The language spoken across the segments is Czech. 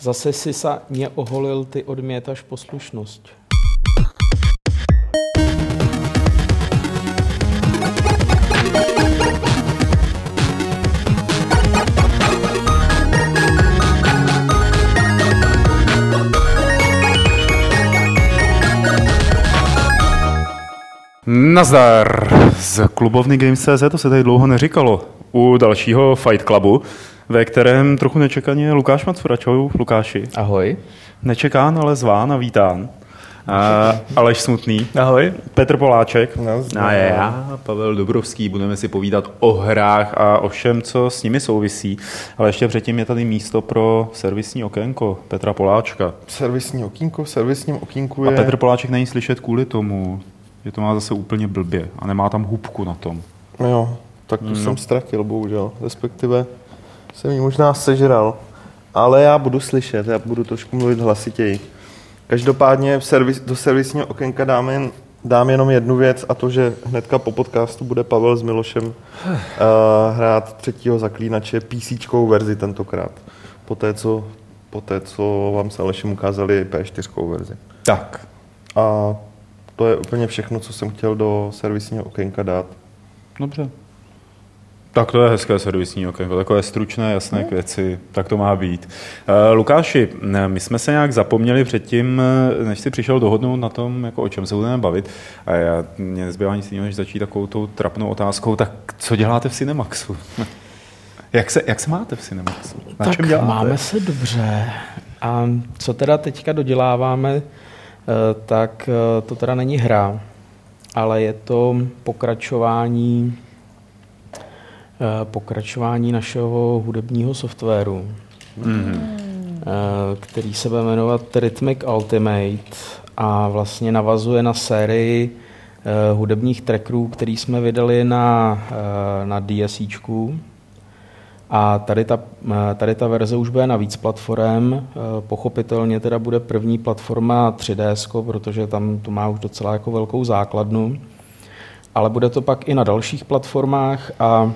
Zase si sa neoholil, ty odmietaš poslušnosť. Nazdar! Z klubovny Games.cz, to se tady dlouho neříkalo. U dalšího Fight Clubu, ve kterém trochu nečekaně Lukáš Macura. Čau, Lukáši. Ahoj. Nečekán, ale zván a vítán. Aleš Smutný. Ahoj. Petr Poláček. A já, Pavel Dobrovský. Budeme si povídat o hrách a o všem, co s nimi souvisí. Ale ještě předtím je tady místo pro servisní okénko Petra Poláčka. Servisní okýnko, v servisním okýnku je... A Petr Poláček není slyšet kvůli tomu, že to má zase úplně blbě a nemá tam hubku na tom. Jo, tak tu jsem ztratil, bohužel. Respektive jsem ji možná sežral. Ale já budu slyšet, já budu trošku mluvit hlasitěji. Každopádně do servisního okénka dám jenom jednu věc, a to, že hnedka po podcastu bude Pavel s Milošem hrát třetího zaklínače PCčkovou verzi tentokrát. Poté, co vám s Alešem ukázali P4 verzi. Tak. A to je úplně všechno, co jsem chtěl do servisního okénka dát. Dobře. Tak to je hezké servisní okénko, takové stručné, jasné k věci, tak to má být. Lukáši, my jsme se nějak zapomněli předtím, než jsi přišel dohodnout na tom, jako o čem se budeme bavit. A mě nezbývá nic jiného, než začít takovou tou trapnou otázkou, tak co děláte v Cinemaxu? Jak se máte v Cinemaxu? Na tak čem děláte? Máme se dobře. A co teda teďka doděláváme, tak to teda není hra, ale je to pokračování našeho hudebního softwaru, který se bude jmenovat Rhythmic Ultimate a vlastně navazuje na sérii hudebních trackerů, který jsme vydali na DSičku. A tady ta verze už bude na víc platform. Pochopitelně teda bude první platforma 3DS, protože tam to má už docela jako velkou základnu. Ale bude to pak i na dalších platformách a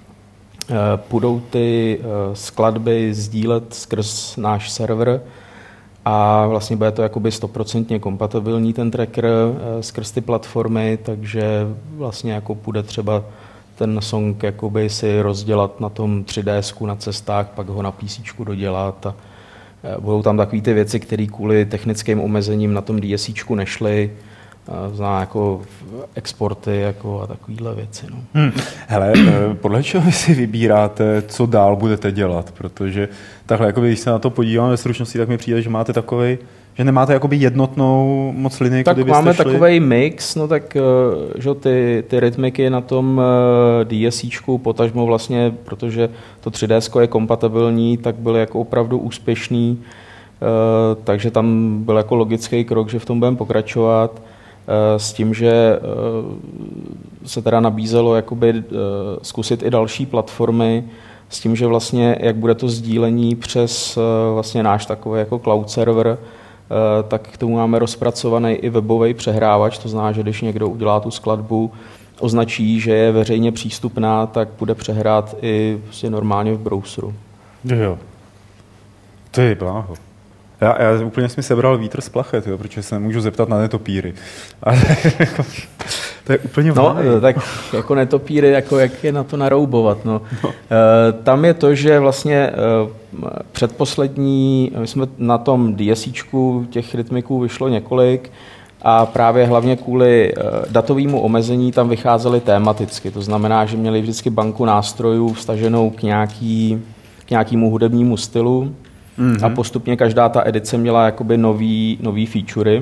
budou ty skladby sdílet skrz náš server a vlastně bude to jakoby 100% kompatibilní ten tracker skrz ty platformy, takže vlastně jako půjde třeba ten song jakoby si rozdělat na tom 3DSku na cestách, pak ho na PCčku dodělat a budou tam takové ty věci, které kvůli technickým omezením na tom DSičku nešly, zná jako exporty jako a takovýhle věci. No. Hele, podle čeho vy si vybíráte, co dál budete dělat? Protože takhle, jako když se na to podívám ve stručnosti, tak mi přijde, že máte takovej, že nemáte jakoby jednotnou moc linii, tak kudy byste máme šli. takovej mix, no tak že ty rytmiky na tom DSičku potažmo vlastně, protože to 3DS je kompatibilní, tak byly jako opravdu úspěšný, takže tam byl jako logický krok, že v tom budeme pokračovat. S tím, že se teda nabízelo jakoby zkusit i další platformy, s tím, že vlastně jak bude to sdílení přes vlastně náš takový jako cloud server, tak k tomu máme rozpracovaný i webový přehrávač, to znamená, že když někdo udělá tu skladbu, označí, že je veřejně přístupná, tak bude přehrát i vlastně normálně v browseru. Jo. Ty bláho. Já úplně jsem mi sebral vítr z plachet, jo, protože se nemůžu zeptat na netopíry. Ale to je úplně vládej. No, tak jako netopíry, jako jak je na to naroubovat. No. Tam je to, že vlastně předposlední, my jsme na tom DSičku, těch rytmiků vyšlo několik a právě hlavně kvůli datovému omezení tam vycházely tematicky. To znamená, že měli vždycky banku nástrojů vstaženou k nějakému hudebnímu stylu. A postupně každá ta edice měla jakoby nový featurey.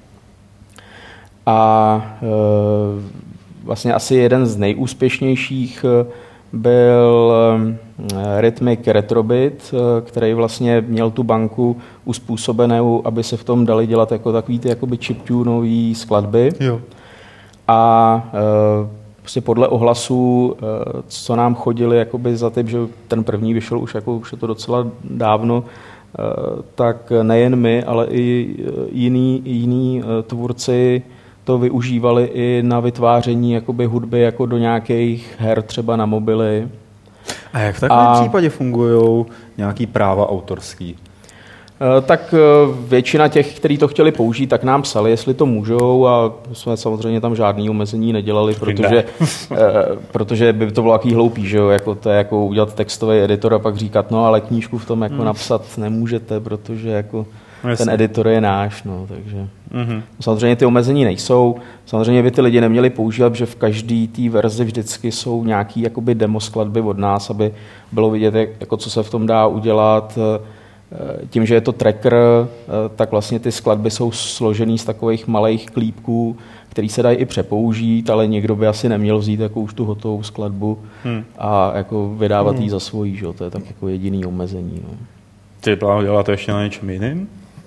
A vlastně asi jeden z nejúspěšnějších byl Rhythmic Retrobit, který vlastně měl tu banku uspůsobenou, aby se v tom dali dělat jako takový ty jakoby chiptunový skladby. Jo. A prostě podle ohlasů, co nám chodili jakoby za typ, že ten první vyšel už je to docela dávno, tak nejen my, ale i jiní tvůrci to využívali i na vytváření jakoby hudby jako do nějakých her, třeba na mobily. A jak v takovém případě fungují nějaký práva autorský? Tak většina těch, kteří to chtěli použít, tak nám psali, jestli to můžou a jsme samozřejmě tam žádný omezení nedělali, protože by to bylo jaký hloupý, že jo? Jako to je jako udělat textový editor a pak říkat, no ale knížku v tom jako napsat nemůžete, protože jako ten editor je náš, no, takže samozřejmě ty omezení nejsou. Samozřejmě by ty lidi neměli používat, že v každé té verzi vždycky jsou nějaký jakoby demo skladby od nás, aby bylo vidět, jako co se v tom dá udělat. Tím, že je to tracker, tak vlastně ty skladby jsou složený z takových malých klípků, který se dají i přepoužít, ale někdo by asi neměl vzít jako už tu hotovou skladbu a jako vydávat ji za svojí, že? To je tak jako jediný omezení. No. Ty děláte ještě na něčem jiným?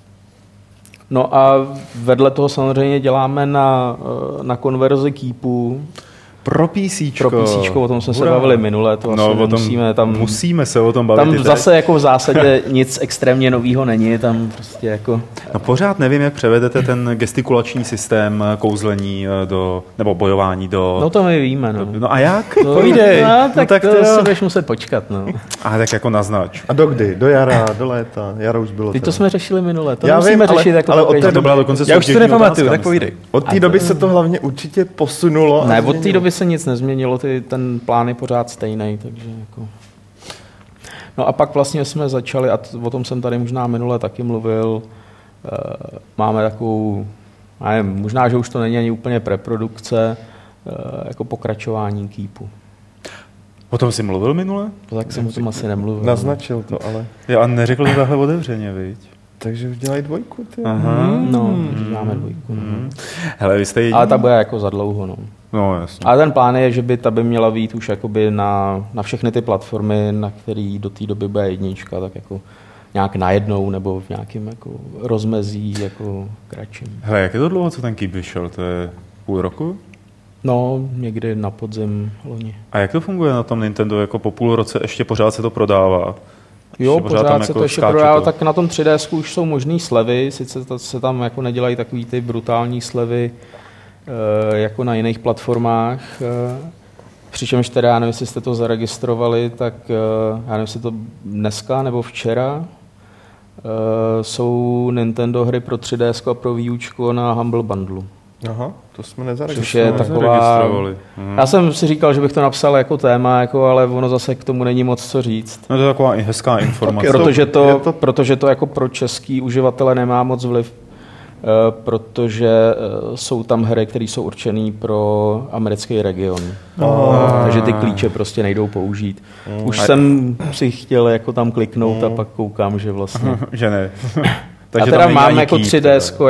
No a vedle toho samozřejmě děláme na konverzi Keepu. Pro PCčko. Pro PCčko, o tom jsme se bavili minule, to asi nemusíme. Musíme se o tom bavit. Tam zase jako v zásadě nic extrémně novýho není, tam prostě jako... No pořád nevím, jak převedete ten gestikulační systém kouzlení nebo bojování do... No to my víme, no. No a jak? Povídej. No, tak to si budeš muset počkat, no. A tak jako naznač. A do kdy? Do jara, do léta? Jaro už bylo. Teď to jsme řešili minule, to já musíme vím, řešit jako ale od té to byla dokonce já už to nepamatuju, tak povídej. Od té doby se to hlavně určitě posunulo. Ne, od té doby se nic nezměnilo, ten plán je pořád stejný, takže jako... No a pak vlastně jsme začali, a o tom jsem tady možná minule taky mluvil, máme takovou, nevím, možná, že už to není ani úplně preprodukce, jako pokračování Keepu. O tom jsi mluvil minule? Tak jsem o tom asi nemluvil. Naznačil to, ale... Já neřekl to takhle otevřeně, viď? Takže už dělají 2, ty. No, děláme 2. Hele, vy jste jediný... Ale ta bude jako za dlouho, no. No, jasně. Ale ten plán je, že by ta by měla být už jakoby na všechny ty platformy, na který do té doby bude 1, tak jako nějak najednou nebo v nějakém jako rozmezí jako kratším. Hele, jak je to dlouho, co ten Keep vyšel? To je půl roku? No, někdy na podzim loni. A jak to funguje na tom Nintendo? Jako po půl roce ještě pořád se to prodává? Jo, pořád se jako to ještě prodává, tak na tom 3DS už jsou možný slevy, sice se tam jako nedělají takový ty brutální slevy jako na jiných platformách, přičemž teda, já nevím, jestli jste to zaregistrovali, tak já nevím, jestli to dneska nebo včera jsou Nintendo hry pro 3DS a pro Wii U na Humble Bundle. Aha, to jsme nezaregistrovali. Což je taková... Já jsem si říkal, že bych to napsal jako téma, jako, ale ono zase k tomu není moc co říct. No to je taková hezká informace. Protože to jako pro český uživatele nemá moc vliv, protože jsou tam hry, které jsou určené pro americký region. Takže ty klíče prostě nejdou použít. Už jsem si chtěl jako tam kliknout a pak koukám, že vlastně... že ne. Takže a teda mám jako 3DS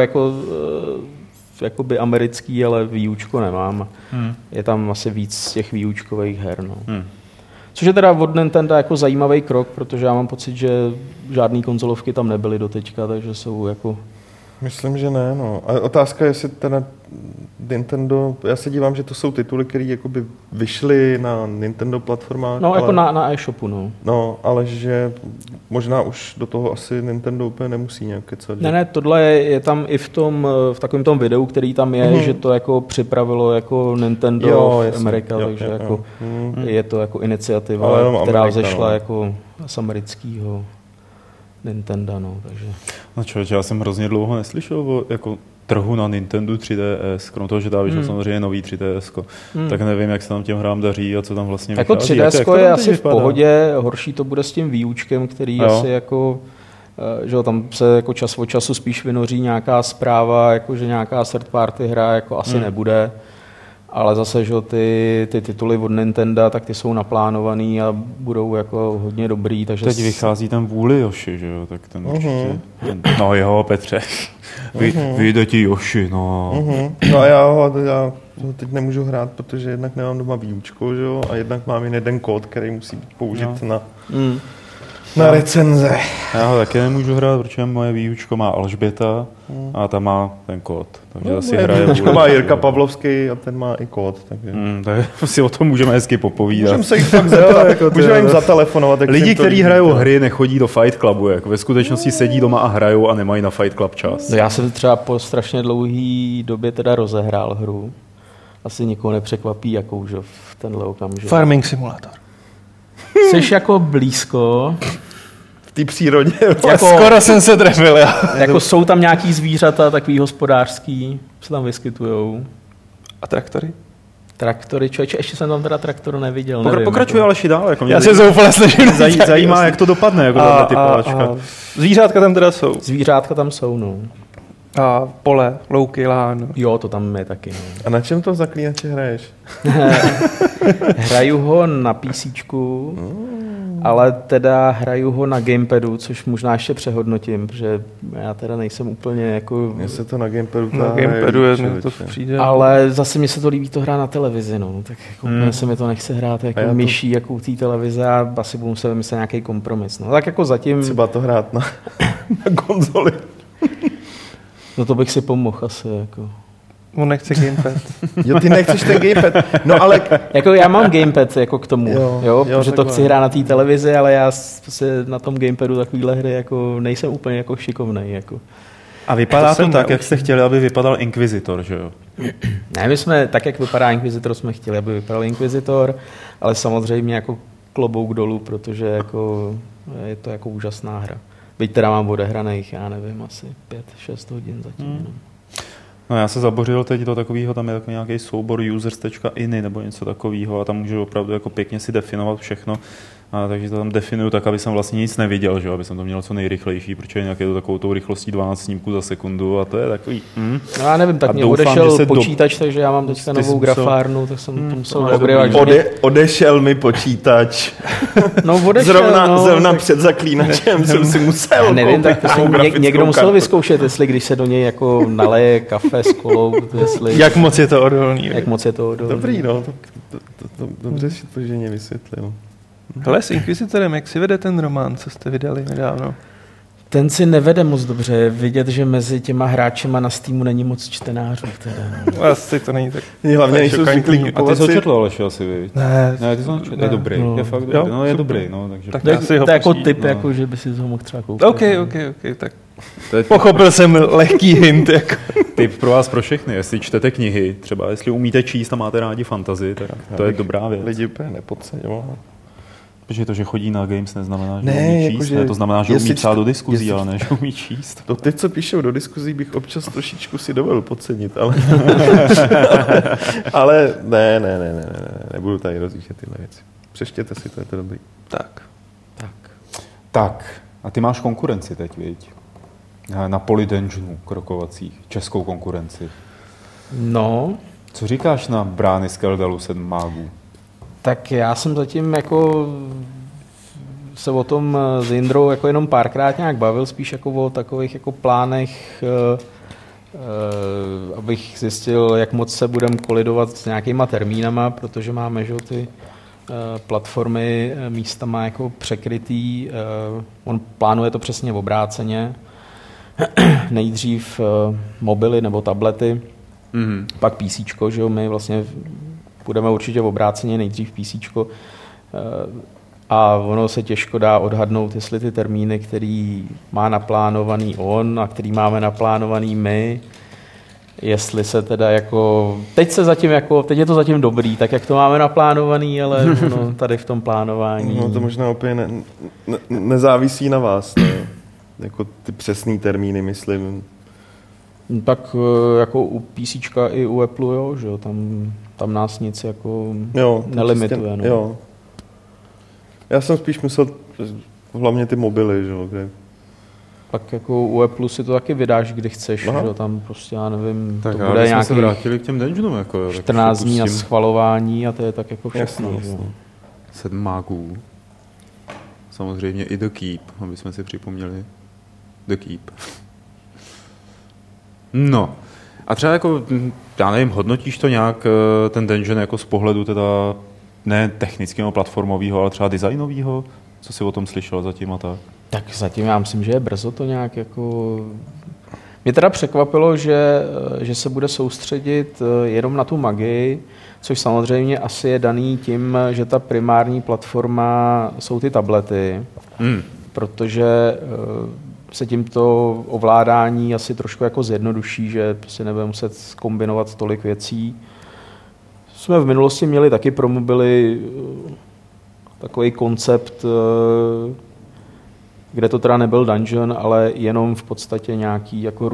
jakoby americký, ale výučko nemám. Je tam asi víc těch výučkových her. No. Což je teda od Nintendo jako zajímavý krok, protože já mám pocit, že žádný konzolovky tam nebyly doteďka, takže jsou jako... Myslím, že ne, no. A otázka je, jestli teda Nintendo, já se dívám, že to jsou tituly, které jakoby vyšly na Nintendo platformách. No, ale, jako na e-shopu, no. No, ale že možná už do toho asi Nintendo úplně nemusí nějak kecat. Ne, tohle je tam i v takovém tom videu, který tam je, že to jako připravilo jako Nintendo v Amerika, takže jako je to jako iniciativa, která vzešla jako z amerického Nintendo, no, takže... No člověče, já jsem hrozně dlouho neslyšel o jako trhu na Nintendo 3DS, krom toho, že dá vyšlo samozřejmě nový 3DS, tak nevím, jak se tam těm hrám daří a co tam vlastně jako vychází. 3DS je asi v pohodě, horší to bude s tím výučkem, který asi jako, že tam se jako čas od času spíš vynoří nějaká zpráva, jako že nějaká third party hra jako asi nebude. Ale zase, že ty tituly od Nintendo, tak ty jsou naplánovaný a budou jako hodně dobrý. Takže teď vychází ten Vůli Yoshi, že jo, tak ten určitě... No jo, Petře, vyjde ti Yoshi, no. No a já ho teď nemůžu hrát, protože jednak nemám doma výučko, že jo, a jednak mám jen jeden kód, který musí být použit na recenze. Já ho taky nemůžu hrát, protože moje výučko má Alžběta a ta má ten kód. Takže asi hraje výučko má Jirka Pavlovský a ten má i kód. Takže... tak si o tom můžeme hezky popovídat. Můžeme se jich fakt zeptat, jako můžeme jim zatelefonovat. Lidi, kteří hrajou hry, nechodí do Fight Clubu. Jako ve skutečnosti sedí doma a hrajou a nemají na Fight Club čas. No já jsem třeba po strašně dlouhý době teda rozehrál hru. Asi nikoho nepřekvapí, jakou, že v tenhle okamžik. Farming Simulator. Jsi jako blízko. té přírodě. Jako, skoro jsem se trefil, já. Jako jsou tam nějaký zvířata, takový hospodářský, se tam vyskytujou. A traktory? Traktory, člověče, ještě jsem tam teda traktor neviděl. Pokračuje Aleši dál. Jako já se zoufale snažím. Zajímá, jak to dopadne, jako typovačka. Zvířátka tam teda jsou. Zvířátka tam jsou, no. A pole, louky, lán. Jo, to tam je taky. No. A na čem to Zaklínače hraješ? Hraju ho na PCčku, ale teda hraju ho na gamepadu, což možná ještě přehodnotím, protože já teda nejsem úplně jako... Mně se to na gamepadu to přijde. Ale zase mně se to líbí to hrát na televizi, no. Tak jako se mi to nechce hrát jako myší, jako u té televize a asi budu muset vymyslet nějaký kompromis. No tak jako zatím... Třeba to hrát na konzoli. No to bych si pomohl asi, jako... On nechce gamepad. Jo, ty nechceš ten gamepad. No ale... Jako já mám gamepad jako k tomu, jo protože to takhle. chci hrát na té televizi, ale já se na tom gamepadu takovýhle hry jako nejsem úplně jako šikovnej, jako. A vypadá to tak, jak jste chtěli, aby vypadal Inquisitor, že jo? Ne, my jsme, tak jak vypadá Inquisitor, jsme chtěli, aby vypadal Inquisitor, ale samozřejmě jako klobouk dolů, protože jako je to jako úžasná hra. Byť teda mám odehraných, já nevím, asi 5-6 hodin zatím. No já se zabořil teď do takového, tam je takový nějaký soubor users.ini nebo něco takového a tam můžu opravdu jako pěkně si definovat všechno. A takže to tam definuju tak, aby jsem vlastně nic neviděl, že? Aby jsem to měl co nejrychlejší, protože jinak je to takovou tou rychlostí 12 snímků za sekundu a to je takový... No já nevím, tak mě odešel počítač, takže já mám teďka novou grafárnu, tak jsem to musel objevat. Odešel mi počítač. No odešel, zrovna před Zaklínačem jsem si musel já nevím, tak to někdo musel vyzkoušet, jestli když se do něj jako naleje kafe s kolou, jestli... Jak moc je to odolný. Jak moc je to odolný. Dobrý, no. Dobře si to ženě vysvětlil. Hele, s Inquisitorem, jak si vede ten román, co jste vydali nedávno? Ten si nevede moc dobře. Je vidět, že mezi těma hráčema na Steamu není moc čtenářů. Teda. Asi to není tak. Hlavně nejsou zvyklí. A ty jsi ho četl, Aleši, asi, víš? Ne, ty jsi ho četl. Je dobrý, je fakt dobrý. No, je dobrý, no, takže... Tak to je jako typ, jako, že by si ho mohl třeba koupit. OK, tak pochopil jsem lehký hint. Jako. Tip pro vás, pro všechny. Jestli čtete knihy, třeba jestli umíte číst a máte rádi fantasy, tak to je dobrá věc. Lidi úplně nepodceňoval. Protože to, že chodí na Games, neznamená, že umí číst. Ne, to znamená, že umí psát do diskuzí, ale ne, že umí číst. To ty, co píšou do diskuzí, bych občas trošičku si dovedl podcenit, ale... ale ne, nebudu tady rozjíždět tyhle věci. Přeštěte si, to je to dobrý. Tak. A ty máš konkurenci teď, viď? Na Polydungeonu krokovacích, českou konkurenci. No. Co říkáš na brány Skeldalu 7 mágů? Tak já jsem zatím jako se o tom s Jindrou jako jenom párkrát nějak bavil, spíš jako o takových jako plánech, abych zjistil, jak moc se budeme kolidovat s nějakýma termínama, protože máme, že ty platformy místama jako překrytý. On plánuje to přesně obráceně. Nejdřív mobily nebo tablety, pak PCčko, že jo, my vlastně budeme určitě obráceně nejdřív PCčko a ono se těžko dá odhadnout, jestli ty termíny, který má naplánovaný on a který máme naplánovaný my, jestli se teda jako, teď je to zatím dobrý, tak jak to máme naplánovaný, ale no, tady v tom plánování. No to možná úplně nezávisí na vás, ne? Jako ty přesný termíny, myslím. Tak jako u PCčka i u Apple, jo, že jo, tam nás nic jako nelimituje. No. Jo. Já jsem spíš myslel hlavně ty mobily, že jo, kde... Pak jako u Apple si to taky vydáš, kdy chceš, že jo, tam prostě já nevím, tak to bude nějaký... se vrátili k těm dungeonům, jako jo. 14 dní na schvalování a to je tak jako všechno. Jasně. 7 mágů. Samozřejmě i The Keep, aby jsme si připomněli. The Keep. No. A třeba jako, já nevím, hodnotíš to nějak ten dungeon jako z pohledu teda ne technického, platformového, ale třeba designového? Co jsi o tom slyšel zatím a tak? Tak zatím já myslím, že je brzo to nějak jako... Mě teda překvapilo, že se bude soustředit jenom na tu magii, což samozřejmě asi je daný tím, že ta primární platforma jsou ty tablety, protože se tímto ovládání asi trošku jako zjednoduší, že si nebudeme muset kombinovat tolik věcí. Jsme v minulosti měli taky pro mobily takový koncept, kde to teda nebyl dungeon, ale jenom v podstatě nějaký jako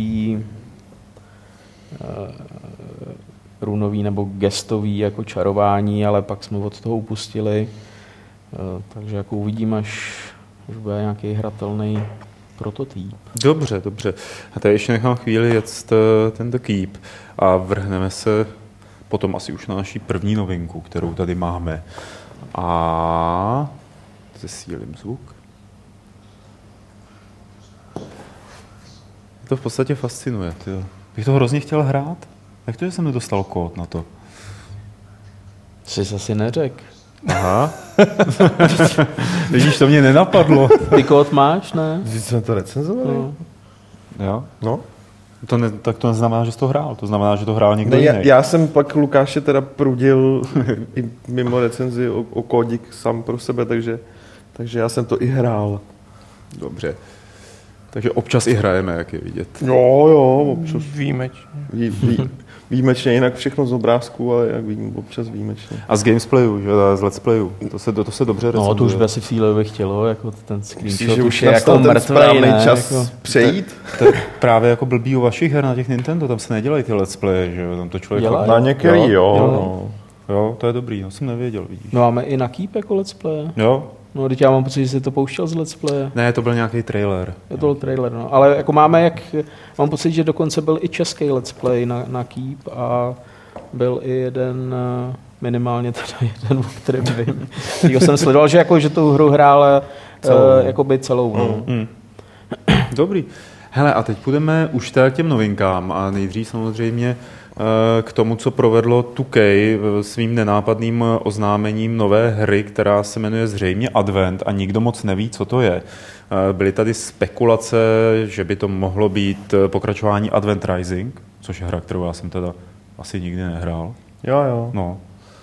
runový nebo gestový jako čarování, ale pak jsme od toho upustili. Takže jako uvidím, až bude nějaký hratelný prototyp. Dobře. A tady ještě nechám chvíli jet ten The Keep a vrhneme se potom asi už na naší první novinku, kterou tady máme. A zesílím zvuk. To v podstatě fascinuje. Tyjo. Bych to hrozně chtěl hrát. Jak to, že jsem nedostal kód na to? Jsi asi neřekl. Aha. Vidíš, to mě nenapadlo. Ty kód máš, ne? Když jsme to recenzovali? No. Jo? No. Tak to neznamená, že jsi to hrál. To znamená, že to hrál někdo Ne, jiný. já jsem pak Lukáše teda prudil i mimo recenzi o kódik sám pro sebe, takže já jsem to i hrál. Dobře. Takže občas i hrajeme, jak je vidět. Jo, občas. Výjimečně. Výjimečně, jinak všechno z obrázků, ale jak vidím, občas výjimečně. A z gamesplayu, že? Z let's playu. To se dobře recenzuje. No, to už by asi v té době chtělo, jako ten screenshot že už je jako ten mrtvej, správný ne? čas Jako... přejít? To je právě jako blbý u vašich her na těch Nintendo, tam se nedělají ty let's playe, že jo? Tam to člověk... Dělají? Na některý, jo. No. Jo, to je dobrý, no jsem nevěděl, vidíš. No máme i na Keep jako let's play. Jo? No, teď já mám pocit, že jsi to pouštěl z let's play. Ne, to byl nějaký trailer. Je to byl trailer, no. Ale jako mám pocit, že dokonce byl i český let's play na Keep a byl i jeden, minimálně teda jeden, o kterém vím. Jo, jsem sledoval, že tu hru hrál jakoby celou. No. Dobrý. Hele, a teď půjdeme už k těm novinkám a nejdřív samozřejmě k tomu, co provedlo 2K svým nenápadným oznámením nové hry, která se jmenuje zřejmě Advent a nikdo moc neví, co to je. Byly tady spekulace, že by to mohlo být pokračování Advent Rising, což je hra, kterou já jsem teda asi nikdy nehrál. Jo. No.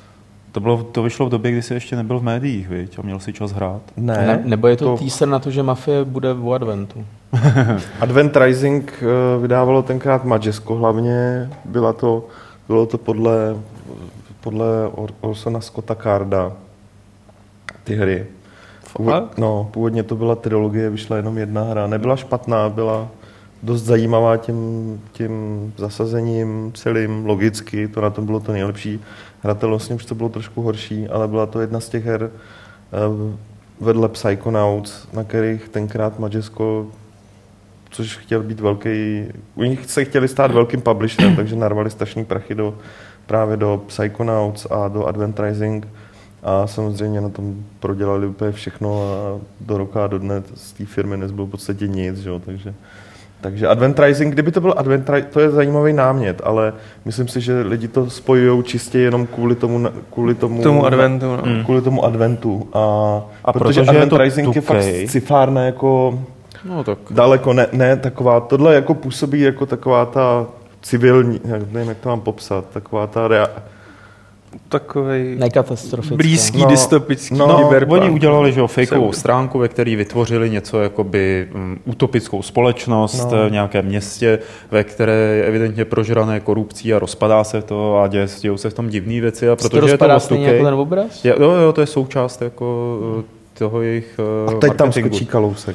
To vyšlo v době, kdy jsi ještě nebyl v médiích, viď? A měl si čas hrát. Ne. Nebo je to teaser na to, že Mafie bude v Adventu? Advent Rising vydávalo tenkrát Majesco hlavně. Bylo to podle Orsona Scotta Carda, ty hry. Původně to byla trilogie, vyšla jenom jedna hra. Nebyla špatná, byla dost zajímavá tím zasazením celým, logicky, to na tom bylo to nejlepší. Hratelnostně už to bylo trošku horší, ale byla to jedna z těch her vedle Psychonauts, na kterých tenkrát Majesco, což chtěl být velký, u nich se chtěli stát velkým publisherem, takže narvali strašný prachy právě do Psychonauts a do Advent Rising a samozřejmě na tom prodělali úplně všechno a do roka a do dne z té firmy nezbylo v podstatě nic, že jo, takže Advent Rising, kdyby to byl Advent Rising, to je zajímavý námět, ale myslím si, že lidi to spojují čistě jenom kvůli tomu adventu. No. Kvůli tomu adventu. A protože protože Advent je to Rising je fakt sci-fárné jako No tak. daleko, ne taková, tohle jako působí jako taková ta civilní, nevím, jak to mám popsat, taková ta Takovej nekatastrofické. blízký dystopický Oni udělali, že fakeovou stránku, ve které vytvořili něco jakoby utopickou společnost v nějakém městě, ve které je evidentně prožrané korupcí a rozpadá se to a dějou se v tom divné věci. A protože to rozpadá je to stejně jako ten obraz? Jo, to je součást jako toho jejich a teď tam marketingu. skočí Kalousek.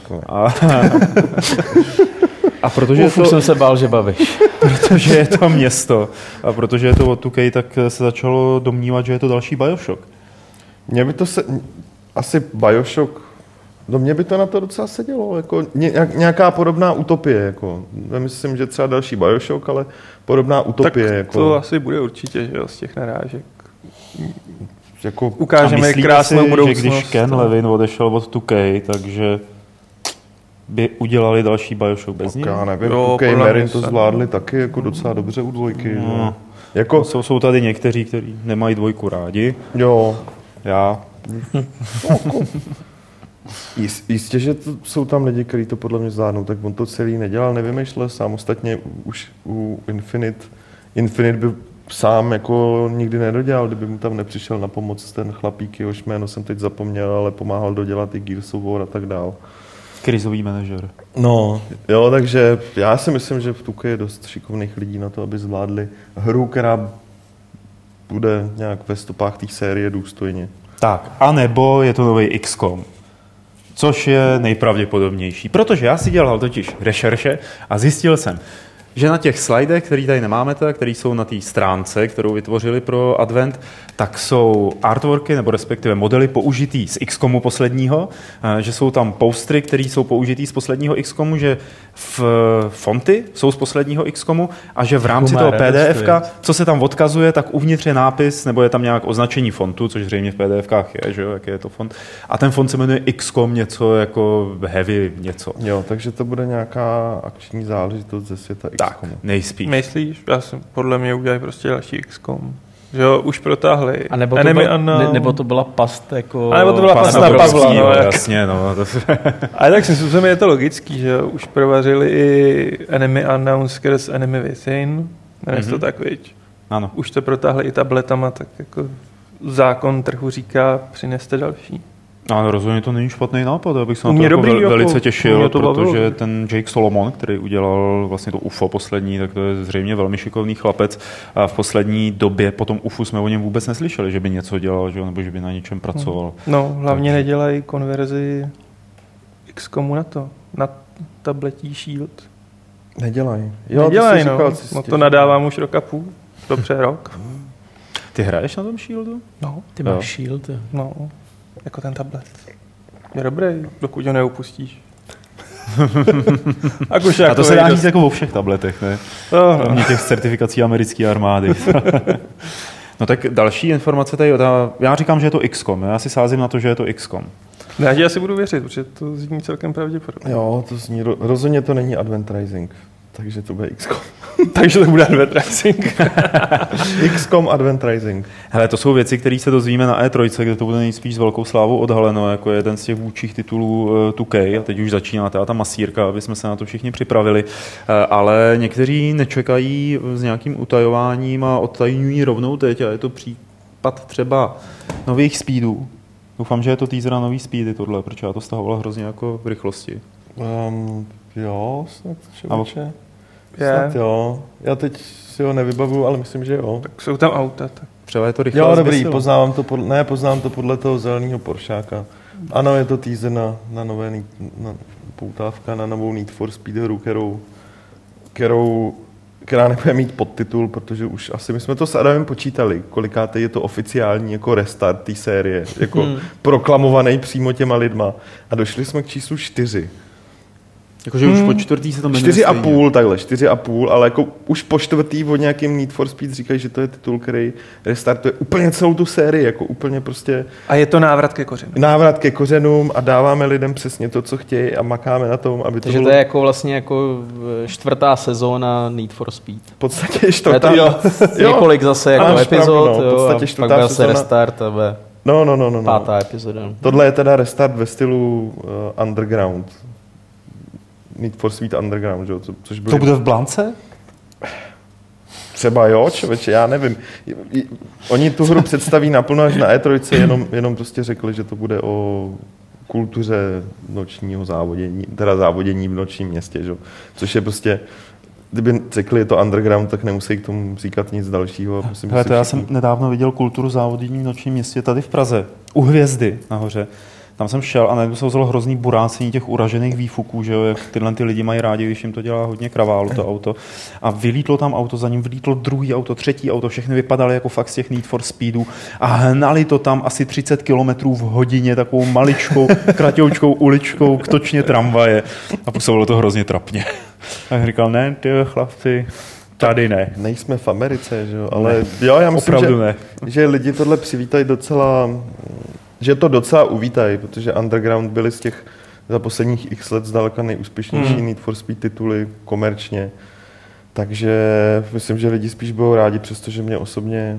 A protože už jsem se bál, že bavíš. Protože je to město a protože je to od 2K, tak se začalo domnívat, že je to další BioShock. Mně by to asi BioShock, no mě by to na to docela sedělo, jako nějaká podobná utopie, jako. Nemyslím, že třeba další BioShock, ale podobná utopie. Tak jako. to asi bude určitě, že jo, z těch narážek. Jako, ukážeme krásnou budoucnost. Že když Ken Levin odešel od 2K, takže by udělali další BioShock bez ní? Já nevím, 2K Marin to zvládli taky jako docela dobře u dvojky. No. Jako, jsou tady někteří, kteří nemají dvojku rádi. Jo. Já. Jistě, že jsou tam lidi, kteří to podle mě zvládnou, tak on to celý nedělal, nevymýšlel sám. Ostatně už u Infinite by sám jako nikdy nedodělal, kdyby mu tam nepřišel na pomoc ten chlapík, jehož jméno jsem teď zapomněl, ale pomáhal dodělat i Gears of War a tak dál. Krizový manažer. No, jo, takže já si myslím, že v 2K je dost šikovných lidí na to, aby zvládli hru, která bude nějak ve stopách té série důstojně. Tak, anebo je to nový XCOM. což je nejpravděpodobnější. Protože já si dělal totiž rešerše a zjistil jsem, že na těch slidech, který tady nemáme, které jsou na té stránce, kterou vytvořili pro Advent, tak jsou artworky, nebo respektive modely použitý z XCOMu posledního, že jsou tam postry, které jsou použitý z posledního XCOMu, že fonty jsou z posledního XCOMu a že v rámci toho PDFka, co se tam odkazuje, tak uvnitř je nápis, nebo je tam nějak označení fontu, což zřejmě v PDFkách je, že jo, jaký je to font. A ten font se jmenuje XCOM, něco jako heavy, něco. Jo, takže to bude nějaká akční záležitost ze světa XCOMu. Tak, nejspíš. Myslíš? Podle mě udělají prostě další XCOM. Že jo, už protáhli. A nebo to byla past jako... A nebo to byla past na Pavla. No, jasně, no. Ale tak si způsobem je to logický, že jo, už provařili i Enemy Unknown skrz Enemy Within. Jmenuje to tak, viď? Ano. Už to protáhli i tabletama, tak jako zákon trhu říká, přineste další. Ale rozhodně to není špatný nápad, abych se na to jako velice těšil, protože ten Jake Solomon, který udělal vlastně to UFO poslední, tak to je zřejmě velmi šikovný chlapec a v poslední době po tom UFO jsme o něm vůbec neslyšeli, že by něco dělal, že? Nebo že by na něčem pracoval. No, hlavně nedělají konverzi XCOMu na tabletí Shield. Nedělají. Nedělají, no to nadávám už rok a půl, dobře rok. Ty hraješ na tom Shieldu? No. Ty máš Shield? No. Jako ten tablet. Je dobrý, dokud ho neupustíš. A to se dá říct jako o všech tabletech, ne? Kromě těch certifikací americké armády. No tak další informace tady, já říkám, že je to XCOM, já si sázím na to, že je to XCOM. Já ti asi budu věřit, protože to zní celkem pravděpodobně. Jo, to zní, rozhodně to není Advent Rising, takže to bude XCOM. Takže to bude Advent Rising. XCOM Advent Rising. Hele, to jsou věci, které se dozvíme na E3, kde to bude nejspíš s velkou slávou odhaleno, jako jeden z těch vůdčích titulů 2K, a teď už začíná ta masírka, aby jsme se na to všichni připravili, ale někteří nečekají s nějakým utajováním a odtajňují rovnou teď, a je to případ třeba nových speedů. Doufám, že je to teaser na nový speedy tohle, protože já to stahoval hrozně jako v rychlosti. Jo, snad člověče. Snad jo. Já teď si ho nevybavuju, ale myslím, že jo. Tak jsou tam auta. Tak. Třeba je to rychle. Jo, dobrý, poznám to podle toho zeleného Poršáka. Ano, je to teaser na nové poutávka na novou Need for Speed hru, která nebude mít podtitul, protože už asi my jsme to s Adamem počítali, kolikátej je to oficiální jako restart té série, jako proklamovaný přímo těma lidma. A došli jsme k číslu 4. Jakože už po čtvrtý se to jmenuje 4,5 takhle, 4,5, ale jako už po čtvrtý o nějakým Need for Speed říkají, že to je titul, který restartuje úplně celou tu sérii, jako úplně prostě... A je to návrat ke kořenům. Návrat ke kořenům a dáváme lidem přesně to, co chtějí a makáme na tom, aby to Takže bylo... to je jako vlastně jako čtvrtá sezóna Need for Speed. V podstatě čtvrtá... Několik zase jako ano, epizod, pravdu, no. V podstatě pak byl se restart a No. pátá epizoda. Tohle je teda restart ve stylu Underground. Need for Speed Underground, že? Což byly... To bude v Blance? Třeba jo, člověče, já nevím. Oni tu hru představí naplno až na E3, jenom prostě řekli, že to bude o kultuře nočního závodění, teda závodění v nočním městě, že? Což je prostě, kdyby řekli, je to Underground, tak nemusí k tomu říkat nic dalšího. Myslím, hele, to já jsem nedávno viděl kulturu závodění v nočním městě tady v Praze, u Hvězdy nahoře. Tam jsem šel a najednou se ozvalo hrozný burácení těch uražených výfuků, že jo, jak tyhle ty lidi mají rádi, když jim to dělá hodně kraválu, to auto. A vylítlo tam auto, za ním vylítlo druhý auto, třetí auto, všechny vypadaly jako fakt z těch Need for Speedů a hnali to tam asi 30 km v hodině takovou maličkou, kratoučkou uličkou k točně tramvaje a působilo to hrozně trapně. A já říkal, ne, ty chlapci, tady ne. Nejsme v Americe, že jo, ale jo, já myslím, že lidi tohle přivítají docela... Že to docela uvítají, protože Underground byli z těch za posledních x let zdaleka nejúspěšnější Need for Speed tituly komerčně. Takže myslím, že lidi spíš budou rádi, přestože mě osobně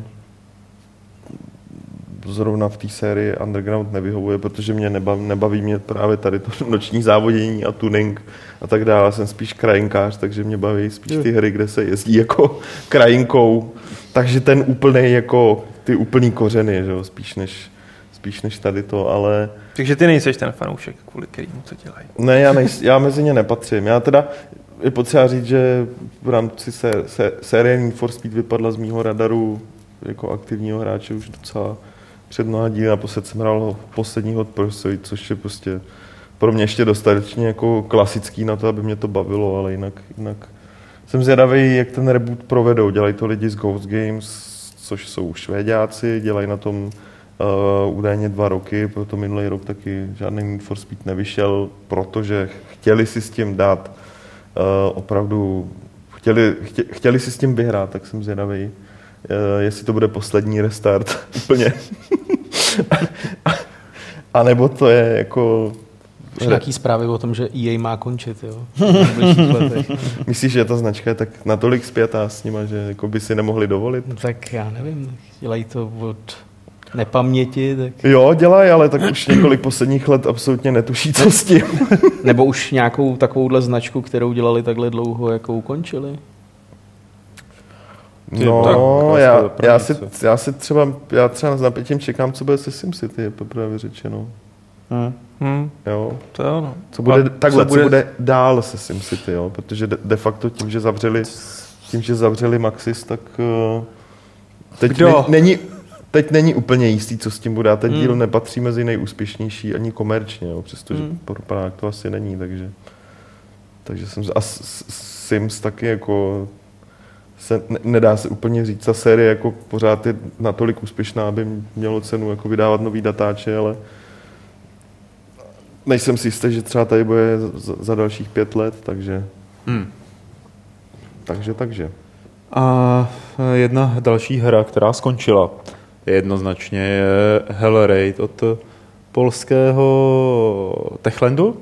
zrovna v té sérii Underground nevyhovuje, protože mě nebaví mě právě tady to noční závodění a tuning a tak dále. Jsem spíš krajinkář, takže mě baví spíš ty hry, kde se jezdí jako krajinkou. Takže ten úplnej jako ty úplný kořeny, že jo, spíš než tady to, ale... Takže ty nejseš ten fanoušek, kvůli kterému co dělají. Ne, já mezi ně nepatřím. Já teda, je potřeba říct, že v rámci série Need for Speed vypadla z mýho radaru jako aktivního hráče už docela před mnoha díly. Naposled jsem hrál posledního Pursuit, což je prostě pro mě ještě dostatečně jako klasický na to, aby mě to bavilo, ale jinak jsem zvědavý, jak ten reboot provedou. Dělají to lidi z Ghost Games, což jsou Švéďáci, dělají na tom údajně 2 roky, proto minulý rok taky žádný Need for Speed nevyšel, protože chtěli si s tím dát opravdu, chtěli si s tím vyhrát, tak jsem zvědavý, jestli to bude poslední restart úplně. A nebo to je jako... Nějaký zprávy o tom, že EA má končit, jo? Myslíš, že ta značka je tak natolik spjatá s nima, že jako by si nemohli dovolit? Tak já nevím, dělají to od nepaměti, tak... Jo, dělají, ale tak už několik posledních let absolutně netuší, co s tím. Nebo už nějakou takovouhle značku, kterou dělali takhle dlouho, jako ukončili? No, já třeba s napětím čekám, co bude se SimCity, je poprvé řečeno. Jo. To je ono. Co bude dál se SimCity, jo? Protože de facto tím, že zavřeli Maxis, tak teď není úplně jistý, co s tím bude. A ten díl nepatří mezi nejúspěšnější ani komerčně, jo? Přestože pro Prague to asi není, takže jsem... A Sims taky jako... nedá se úplně říct, ta série jako pořád je natolik úspěšná, aby mělo cenu jako vydávat nový datáče, ale nejsem si jistý, že třeba tady bude za dalších 5 let, takže. Takže. A jedna další hra, která skončila, jednoznačně Hell Raid od polského Techlandu.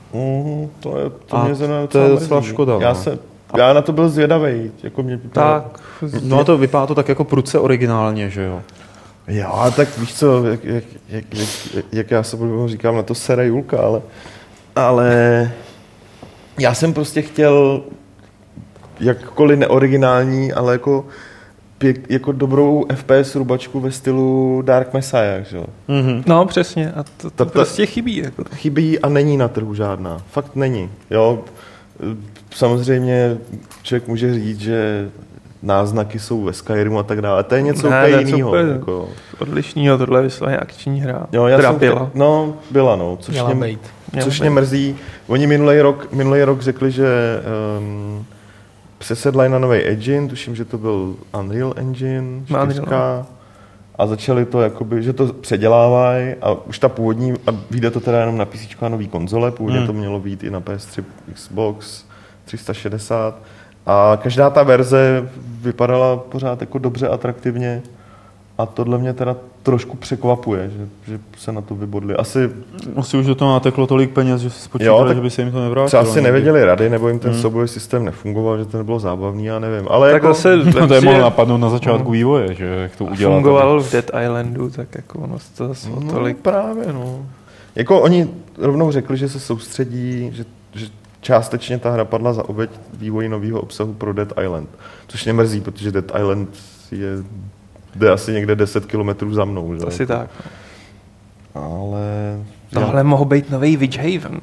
To je docela škoda. Já na to byl zvědavej. Jako tak, no a to vypadá to tak jako prudce originálně, že jo? Jo, tak víš co, jak já se říkám, na to sere Julka, ale já jsem prostě chtěl jakkoliv neoriginální, ale jako dobrou FPS rubačku ve stylu Dark Messiah, že jo? No, přesně. A to prostě chybí. Jako. Chybí a není na trhu žádná. Fakt není. Jo? Samozřejmě člověk může říct, že náznaky jsou ve Skyrimu a tak dále. To je něco úplně jiného. Jako. Odlišného, tohle je vysloveně akční hra. Jo, byla. Což mě mrzí. Oni minulý rok řekli, že přesedlají na nový engine, tuším, že to byl Unreal Engine 4. A začali to, jakoby, že to předělávají a už ta původní, a vyjde to teda jenom na PC a nový konzole, původně to mělo být i na PS3, Xbox 360 a každá ta verze vypadala pořád jako dobře, atraktivně a tohle mě teda trošku překvapuje, že se na to vybodli. Asi už do toho nateklo tolik peněz, že si spočítali, že by se jim to nevrátilo. Třeba si nevěděli rady, nebo jim ten soubojový systém nefungoval, že to nebylo zábavný, já nevím. Ale tak jako, to je mohlo napadnout na začátku vývoje, že jak to udělat. Fungoval v Dead Islandu, tak jako ono to tolik. Právě, no. Jako oni rovnou řekli, že se soustředí, že částečně ta hra padla za oběť vývoji nového obsahu pro Dead Island. Což mě mrzí, protože Dead Island jde asi někde 10 kilometrů za mnou. Že? Asi tak. Ale... Tohle mohl být nový Witch Haven.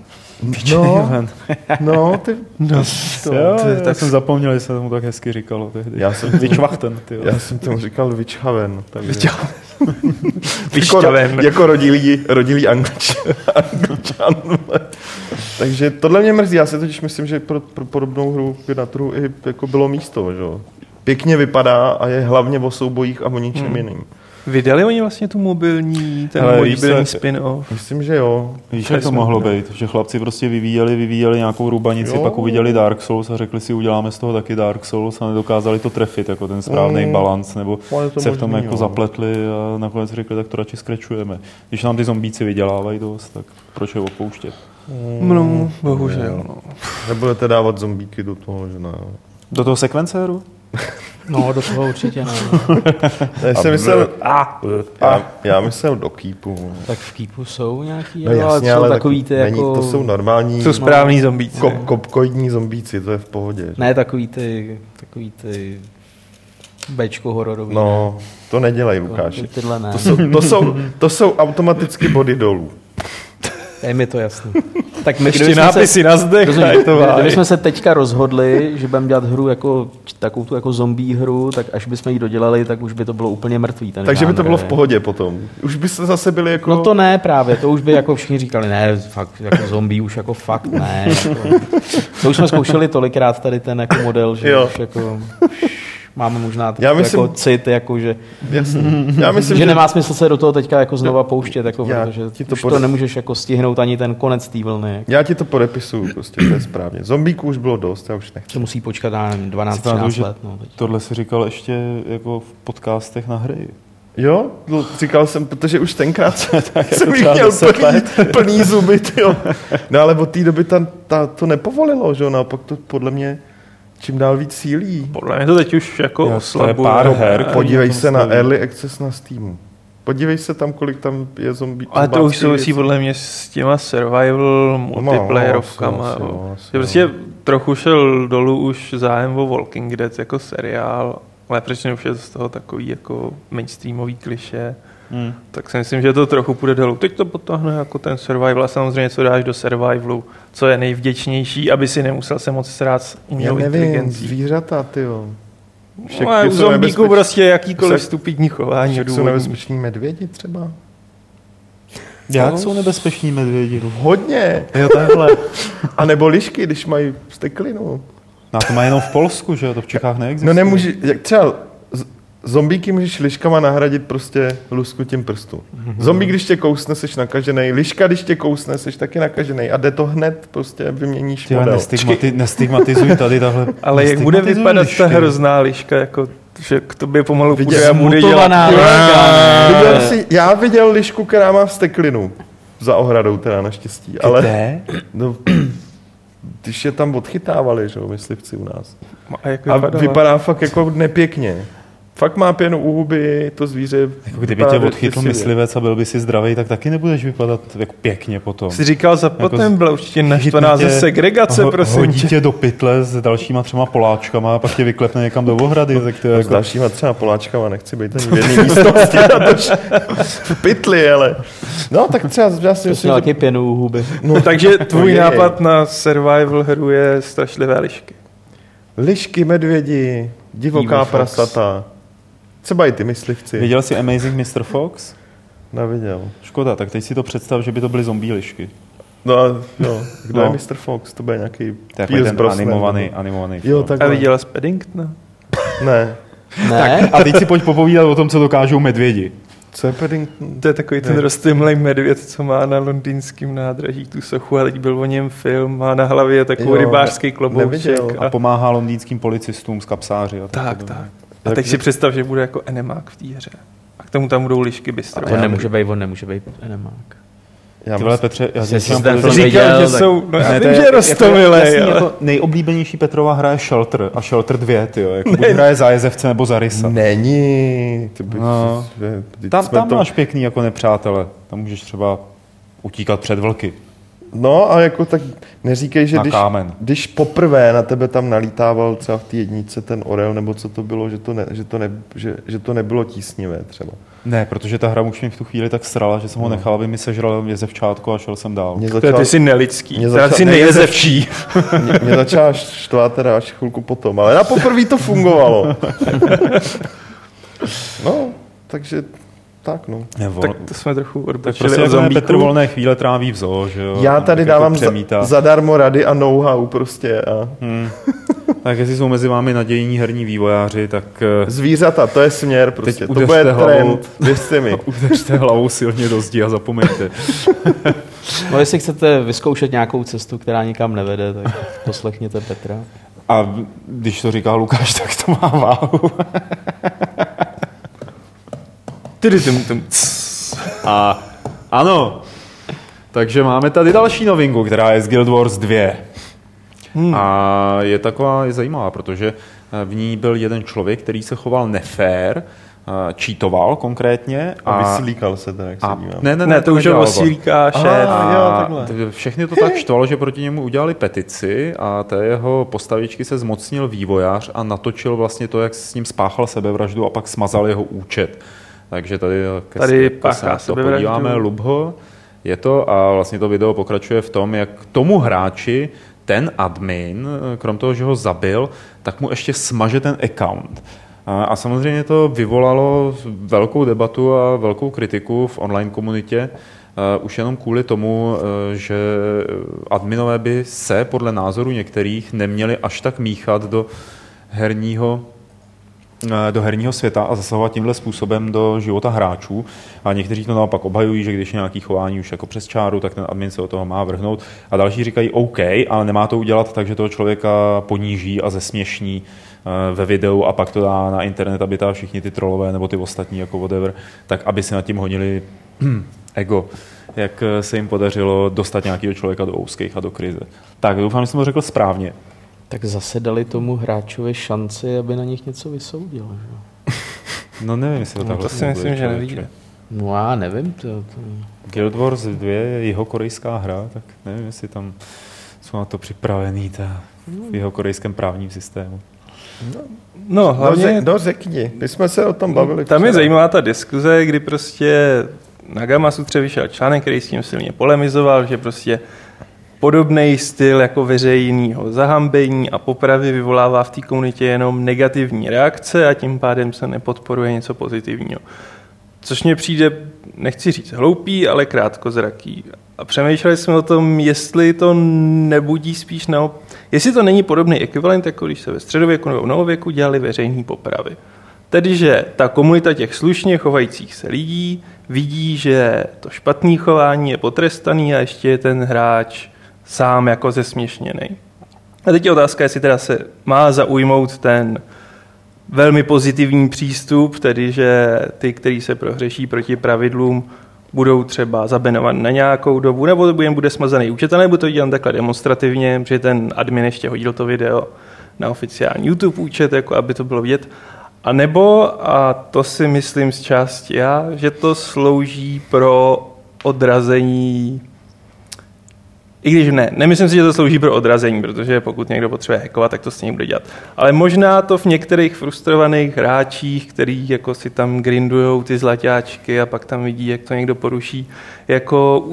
Tak jsem zapomněl, že se tomu tak hezky říkalo tehdy. Witchwachten. Já jsem tomu říkal Witchhaven. Witchhaven. Jako rodilý Angličan. Takže tohle mě mrzí. Já si totiž myslím, že pro podobnou hru by na trhu i jako bylo místo. Že? Pěkně vypadá a je hlavně o soubojích a o ničem jiným. Vydali oni vlastně tu mobilní spin-off? Myslím, že jo. Víš, jak to mohlo být? Že chlapci prostě vyvíjeli nějakou rubanici, pak uviděli Dark Souls a řekli si, uděláme z toho taky Dark Souls a nedokázali to trefit, jako ten správný balans, nebo se v tom jako zapletli a nakonec řekli, tak to radši skrečujeme. Když nám ty zombíci vydělávají dost, tak proč je opouštět? No, bohužel. No. Nebudete dávat zombíky do toho, že ne? Do toho sekvencéru? No, do toho určitě ne. Já myslel do Keepu. Tak v Keepu jsou nějaký, no jasně, ale takový ty jako... To jsou normální... Jsou správný zombíci. Kopkoidní zombíci, to je v pohodě. Že? Ne, takový ty Bčko hororový. No, to nedělají, Lukáši. Tyhle ne. To jsou automaticky body dolů. Je mi to jasný. Tak my, ještě nápisy na zdech. Kdybychom se teďka rozhodli, že budeme dělat hru jako takovou tu jako zombie hru, tak až bychom ji dodělali, tak už by to bylo úplně mrtvý. Takže by to bylo v pohodě potom. Už byste zase byli jako... No to ne právě, to už by jako všichni říkali, ne, fakt jako zombie už jako fakt ne. Jako. To už jsme zkoušeli tolikrát tady ten jako model, že už jako... Máme možná jako cit, jako že, já myslím, že nemá smysl se do toho teďka jako znova pouštět, jako, protože už to nemůžeš jako stihnout ani ten konec té vlny. Jako. Já ti to podepisuju, prostě to je správně. Zombíků už bylo dost, já už nechci. To musí počkat na 12-13 let. No, tohle si říkal ještě jako v podcastech na hry. Jo, říkal jsem, protože už tenkrát jsem jich měl plný zuby, jo. No ale od té doby to nepovolilo, že jo, naopak to podle mě čím dál víc sílí. Podle mě to teď už jako oslabuje. Pár her. Podívej se na Early Access na Steamu. Podívej se tam, kolik tam je zombie. Ale to už souvisí podle mě s těma survival multiplayerovkama. Že prostě trochu šel dolů už zájem o Walking Dead jako seriál, ale protože už je z toho takový jako mainstreamový klišé. Tak si myslím, že to trochu půjde dolů. Teď to potáhne jako ten survival a samozřejmě co dáš do survivalu, co je nejvděčnější, aby si nemusel se moc srát s umělou inteligencí. Zvířata, tyjo. No, v zombíku prostě jakýkoliv stupidní chování. Jsou nebezpeční medvědi třeba? Jak jsou nebezpeční medvědi? Hodně. Jo, takhle. A nebo lišky, když mají steklinu. No to má jenom v Polsku, že jo? To v Čechách neexistuje. No nemůže, jak třeba zombíky můžeš liškama nahradit prostě lusknutím prstu. Zombík, když tě kousne, seš nakaženej. Liška, když tě kousne, seš taky nakaženej. A jde to hned, prostě vyměníš model. Nestigmatizuj tady tahle. Ale jak bude vypadat lišky. Ta hrozná liška, jako, že k tobě pomalu půjde a bude dělat. Já viděl lišku, která má vsteklinu. Za ohradou teda naštěstí. Ale no, když je tam odchytávali, že jo, myslivci u nás. A vypadá fakt jako nepěkně. Fakt má pěnu u huby, to zvíře... Jako kdyby tě odchytl myslivec a byl by si zdravý, tak taky nebudeš vypadat jako pěkně potom. Jsi říkal za potem, byla určitě naštvaná ze segregace, prosím. Hodí tě do pytle s dalšíma 3 poláčkama a pak tě vyklepne někam do ohrady. Tak to je jako... S dalšíma 3 poláčkama nechci být ani v jedné místnosti. V pytli, ale... No, tak třeba... Já si myslím, taky pěnu u huby. No, takže tvůj nápad na survival hru je strašlivé lišky. Lišky, medvědi, divoká prasata. Třeba i ty myslivci. Viděl jsi Amazing Mr. Fox? Neviděl. Škoda, tak teď si to představ, že by to byly zombie lišky. No, kdo je Mr. Fox? To bude nějaký Pierce Brosnan. Animovaný film. Jo, a viděla jsi Paddingtona? Ne. Tak, a teď si pojď popovídat o tom, co dokážou medvědi. Co je Paddington? To je takový ten roztymlej medvěd, co má na londýnském nádraží tu sochu a teď byl o něm film, má na hlavě takový rybářský klobouček. A pomáhá londýnským policistům z kapsáři. A tak. A teď si představ, že bude jako enemák v té hře. A k tomu tam budou lišky bystro. On nemůže být enemák. Tyhle Petře, já říkal, že jsou, já vím, že rostomilej. Jako nejoblíbenější Petrova hra je Shelter a Shelter 2, tyjo. Jako buď hraje za jezevce nebo za rysa. Není. Tam máš pěkný jako nepřátele. Tam můžeš třeba utíkat před vlky. No a jako tak neříkej, že když poprvé na tebe tam nalítával třeba v té jednice ten orel, nebo co to bylo, že to nebylo tísnivé třeba. Ne, protože ta hra už mě v tu chvíli tak srala, že jsem ho nechal, aby mi sežral jezevčátko a šel jsem dál. Ty jsi nelidský, ty nejezevčí. Mě začala štvát teda až chvilku potom, ale na poprvé to fungovalo. No, takže... Tak, no. Tak to jsme trochu odbočili prostě od zombíku. Petr volné chvíle tráví v zoo, že jo. Já tady dávám zadarmo rady a know-how prostě. Tak jestli jsou mezi vámi nadějní herní vývojáři, tak... Zvířata, to je směr prostě. To bude trend, věřte mi. Udeřte hlavou silně do zdi a zapomeňte. No jestli chcete vyzkoušet nějakou cestu, která nikam nevede, tak poslechněte Petra. A když to říká Lukáš, tak to má váhu. A ano, takže máme tady další novinku, která je z Guild Wars 2. A je zajímavá, protože v ní byl jeden člověk, který se choval nefér, cheatoval konkrétně. A vyslíkal se tak, jak se dívám. Ne, to už ho vyslíká šéf. Všechny to tak štvalo, že proti němu udělali petici a té jeho postavičky se zmocnil vývojář a natočil vlastně to, jak s ním spáchal sebevraždu a pak smazal jeho účet. Takže tady páchá se podíváme, Lubho. Je to a vlastně to video pokračuje v tom, jak tomu hráči ten admin, krom toho, že ho zabil, tak mu ještě smaže ten account. A samozřejmě to vyvolalo velkou debatu a velkou kritiku v online komunitě, už jenom kvůli tomu, že adminové by se podle názoru některých neměli až tak míchat do herního světa a zasahovat tímhle způsobem do života hráčů. A někteří to naopak obhajují, že když je nějaký chování už jako přes čáru, tak ten admin se od toho má vrhnout. A další říkají OK, ale nemá to udělat tak, že toho člověka poníží a zesměšní ve videu a pak to dá na internet, aby ta všichni ty trollové nebo ty ostatní jako whatever, tak aby si nad tím honili ego, jak se jim podařilo dostat nějakého člověka do úzkých a do krize. Tak doufám, že jsem to řekl správně. Tak zase dali tomu hráčovi šanci, aby na nich něco vysoudil. Že? No nevím, jestli to takhle. To si myslím, že nevíde. No já nevím. Guild Wars 2 je jihokorejská hra, tak nevím, jestli tam jsou na to připravený v jihokorejském právním systému. No, hlavně... Řekni, my jsme se o tom bavili. Tam je zajímavá ta diskuze, kdy prostě na Gamma Sutře vyšel článek, který s tím silně polemizoval, že prostě podobný styl jako veřejného zahambení a popravy vyvolává v té komunitě jenom negativní reakce a tím pádem se nepodporuje něco pozitivního. Což mně přijde, nechci říct hloupý, ale krátkozraký. A přemýšleli jsme o tom, jestli to nebudí spíš jestli to není podobný ekvivalent, jako když se ve středověku nebo v novověku dělali veřejné popravy. Tedy, že ta komunita těch slušně chovajících se lidí vidí, že to špatný chování je potrestaný a ještě je ten hráč sám jako zesměšněný. A teď je otázka, jestli teda se má zaujmout ten velmi pozitivní přístup, tedy že ty, kteří se prohřeší proti pravidlům, budou třeba zabenovat na nějakou dobu, nebo jim bude smazaný účet, nebo to dělám takhle demonstrativně, že ten admin ještě hodil to video na oficiální YouTube účet, jako aby to bylo vidět. A nebo, a to si myslím z části já, že to slouží pro odrazení. I když nemyslím si, že to slouží pro odrazení, protože pokud někdo potřebuje hackovat, tak to stejně bude dělat. Ale možná to v některých frustrovaných hráčích, který jako si tam grindujou ty zlaťáčky a pak tam vidí, jak to někdo poruší, jako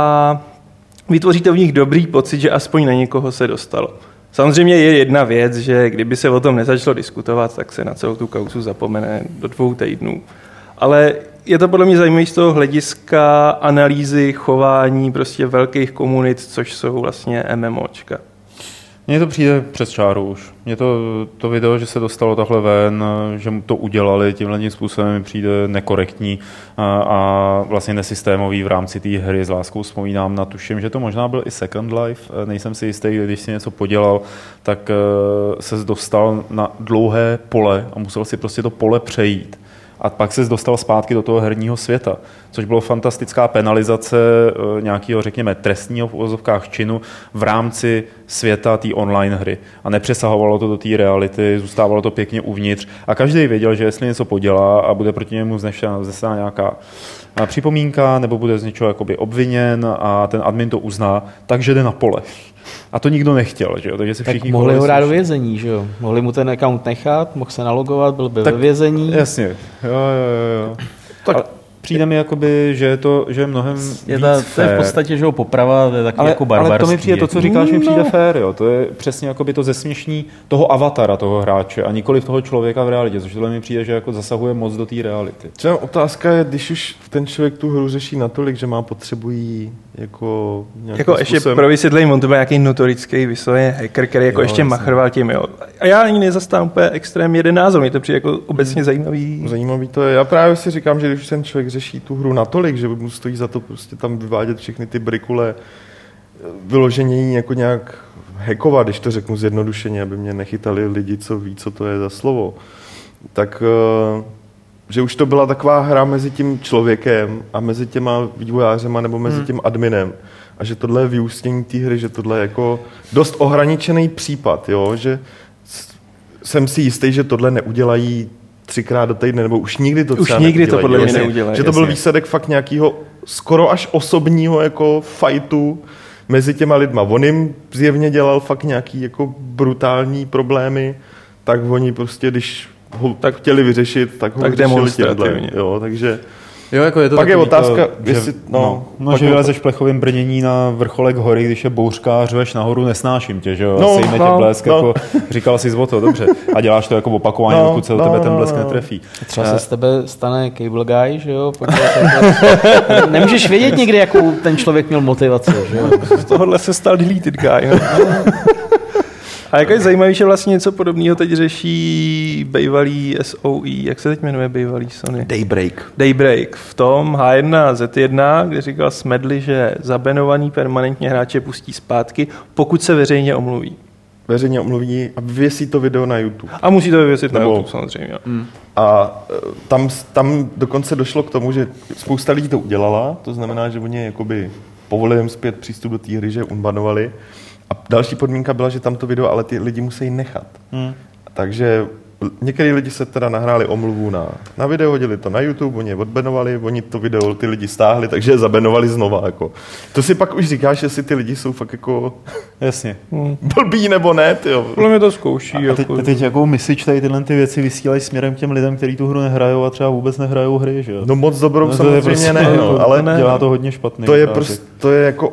vytvoří to v nich dobrý pocit, že aspoň na někoho se dostalo. Samozřejmě je jedna věc, že kdyby se o tom nezačalo diskutovat, tak se na celou tu kauzu zapomene do 2 týdnů. Ale je to podle mě zajímavé z toho hlediska analýzy chování prostě velkých komunit, což jsou vlastně MMOčka. Mně to přijde přes čáru už. Mně to video, že se dostalo takhle ven, že mu to udělali tímhle způsobem, mi přijde nekorektní a vlastně nesystémový v rámci té hry. S láskou vzpomínám na, tuším, že to možná byl i Second Life, nejsem si jistý, když si něco podělal, tak ses dostal na dlouhé pole a musel si prostě to pole přejít. A pak se dostal zpátky do toho herního světa, což bylo fantastická penalizace nějakého, řekněme, trestního v uvozovkách činu v rámci světa té online hry. A nepřesahovalo to do té reality, zůstávalo to pěkně uvnitř. A každý věděl, že jestli něco podělá a bude proti němu vznesena nějaká připomínka nebo bude z něčeho jakoby obviněn a ten admin to uzná, takže jde na pole. A to nikdo nechtěl, že jo? Takže si všichni mohli ho dát do vězení, že jo? Mohli mu ten account nechat, mohl se nalogovat, byl ve vězení. Jasně, jo. Tak přijde mi jakoby, že je mnohem víc to je v podstatě, že ho poprava, to je takový jako barbarský. Ale to mi přijde, to, co říkáš, mi přijde fér, jo. To je přesně jakoby to zesměšní toho avatara, toho hráče a nikoli toho člověka v realitě, což tohle mi přijde, že jako zasahuje moc do té reality. Třeba otázka je, když už ten člověk tu hru řeší natolik, že má potřebují jako nějakým ještě pro vysvětlení, on to byl nějaký notorický vysloveně hacker, který jako ještě machrval tím, jo. A já ani nezastávám úplně extrémně jeden názor, mě to přijde jako obecně zajímavý. Zajímavý to je. Já právě si říkám, že když ten člověk řeší tu hru natolik, že mu stojí za to prostě tam vyvádět všechny ty brikule, vyložení jako nějak hackovat, když to řeknu zjednodušeně, aby mě nechytali lidi, co ví, co to je za slovo, tak že už to byla taková hra mezi tím člověkem a mezi těma vývojářema nebo mezi tím adminem. A že tohle je vyústění té hry, že tohle je jako dost ohraničený případ, jo? Že jsem si jistý, že tohle neudělají 3krát do týdne, nebo už nikdy to třeba nikdy to podle mě neudělají. Že to byl výsledek fakt nějakého skoro až osobního jako fightu mezi těma lidma. On jim zjevně dělal fakt nějaký jako brutální problémy, tak oni prostě, když ho tak chtěli vyřešit, tak ho vyřešili těmhle. Jo, takže Jo, jako je to pak je otázka, že vylezeš v plechovém brnění na vrcholek hory, když je bouřka a řveš nahoru, nesnáším tě, že jo, sejme tě blesk, jako říkal jsi o to, dobře. A děláš to jako opakování, dokud se do tebe ten blesk netrefí. Třeba se z tebe stane cable guy, že jo? Nemůžeš vědět někdy, jakou ten člověk měl motivaci, že jo? Z tohohle se stal deleted guy. A jako je zajímavý, že vlastně něco podobného teď řeší bývalý SOE, jak se teď jmenuje bývalý Sony? Daybreak. V tom H1 Z1, kde říkal Smedley, že zabenovaný permanentně hráče pustí zpátky, pokud se veřejně omluví. Veřejně omluví a vyvěsí to video na YouTube. A musí to vyvěsit na YouTube samozřejmě. A tam dokonce došlo k tomu, že spousta lidí to udělala, to znamená, že oni jakoby povolili jim zpět přístup do té hry, že unbanovali. A další podmínka byla, že tam to video, ale ty lidi musí nechat. Takže některý lidi se teda nahráli omluvu na video, hodili to na YouTube, oni je odbanovali, oni to video ty lidi stáhli, takže je zabanovali znova. Jako. To si pak už říkáš, jestli ty lidi jsou fakt jako jasně. Blbí nebo ne, tyjo. Podle mě to zkouší. A teď jakou misi tady tyhle ty věci vysílají směrem k těm lidem, kteří tu hru nehrajou a třeba vůbec nehrajou hry, že jo? No moc dobrou samozřejmě prostě ne, ale dělá to hodně špatný. To je jako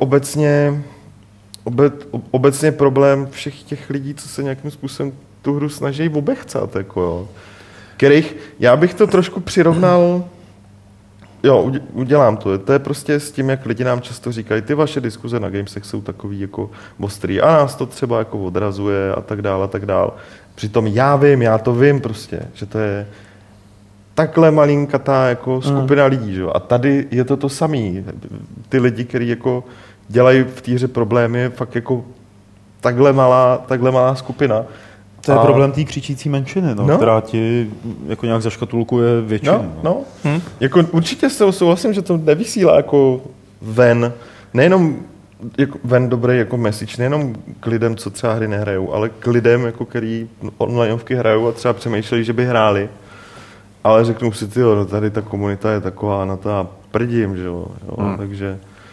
obecně problém všech těch lidí, co se nějakým způsobem tu hru snaží obechcat, jako jo. Kterých, já bych to trošku přirovnal, jo, udělám to. To je prostě s tím, jak lidi nám často říkají, ty vaše diskuze na Gamesech jsou takový jako ostrý a nás to třeba jako odrazuje a tak dál. Přitom já to vím prostě, že to je takhle malinkatá jako skupina lidí, že jo. A tady je to samý. Ty lidi, kteří jako dělají v té hře problémy, fakt jako takhle malá skupina. To je problém té křičící menšiny, která ti jako nějak zaškatulkuje většinu. Jako určitě se souhlasím, že to nevysílá jako ven, nejenom jako ven dobrý jako message, nejenom k lidem, co třeba hry nehrajou, ale k lidem, jako který onlineovky hrajou a třeba přemýšlejí, že by hráli. Ale řeknu si, tyjo, tady ta komunita je taková na to a prdím, že jo. Takže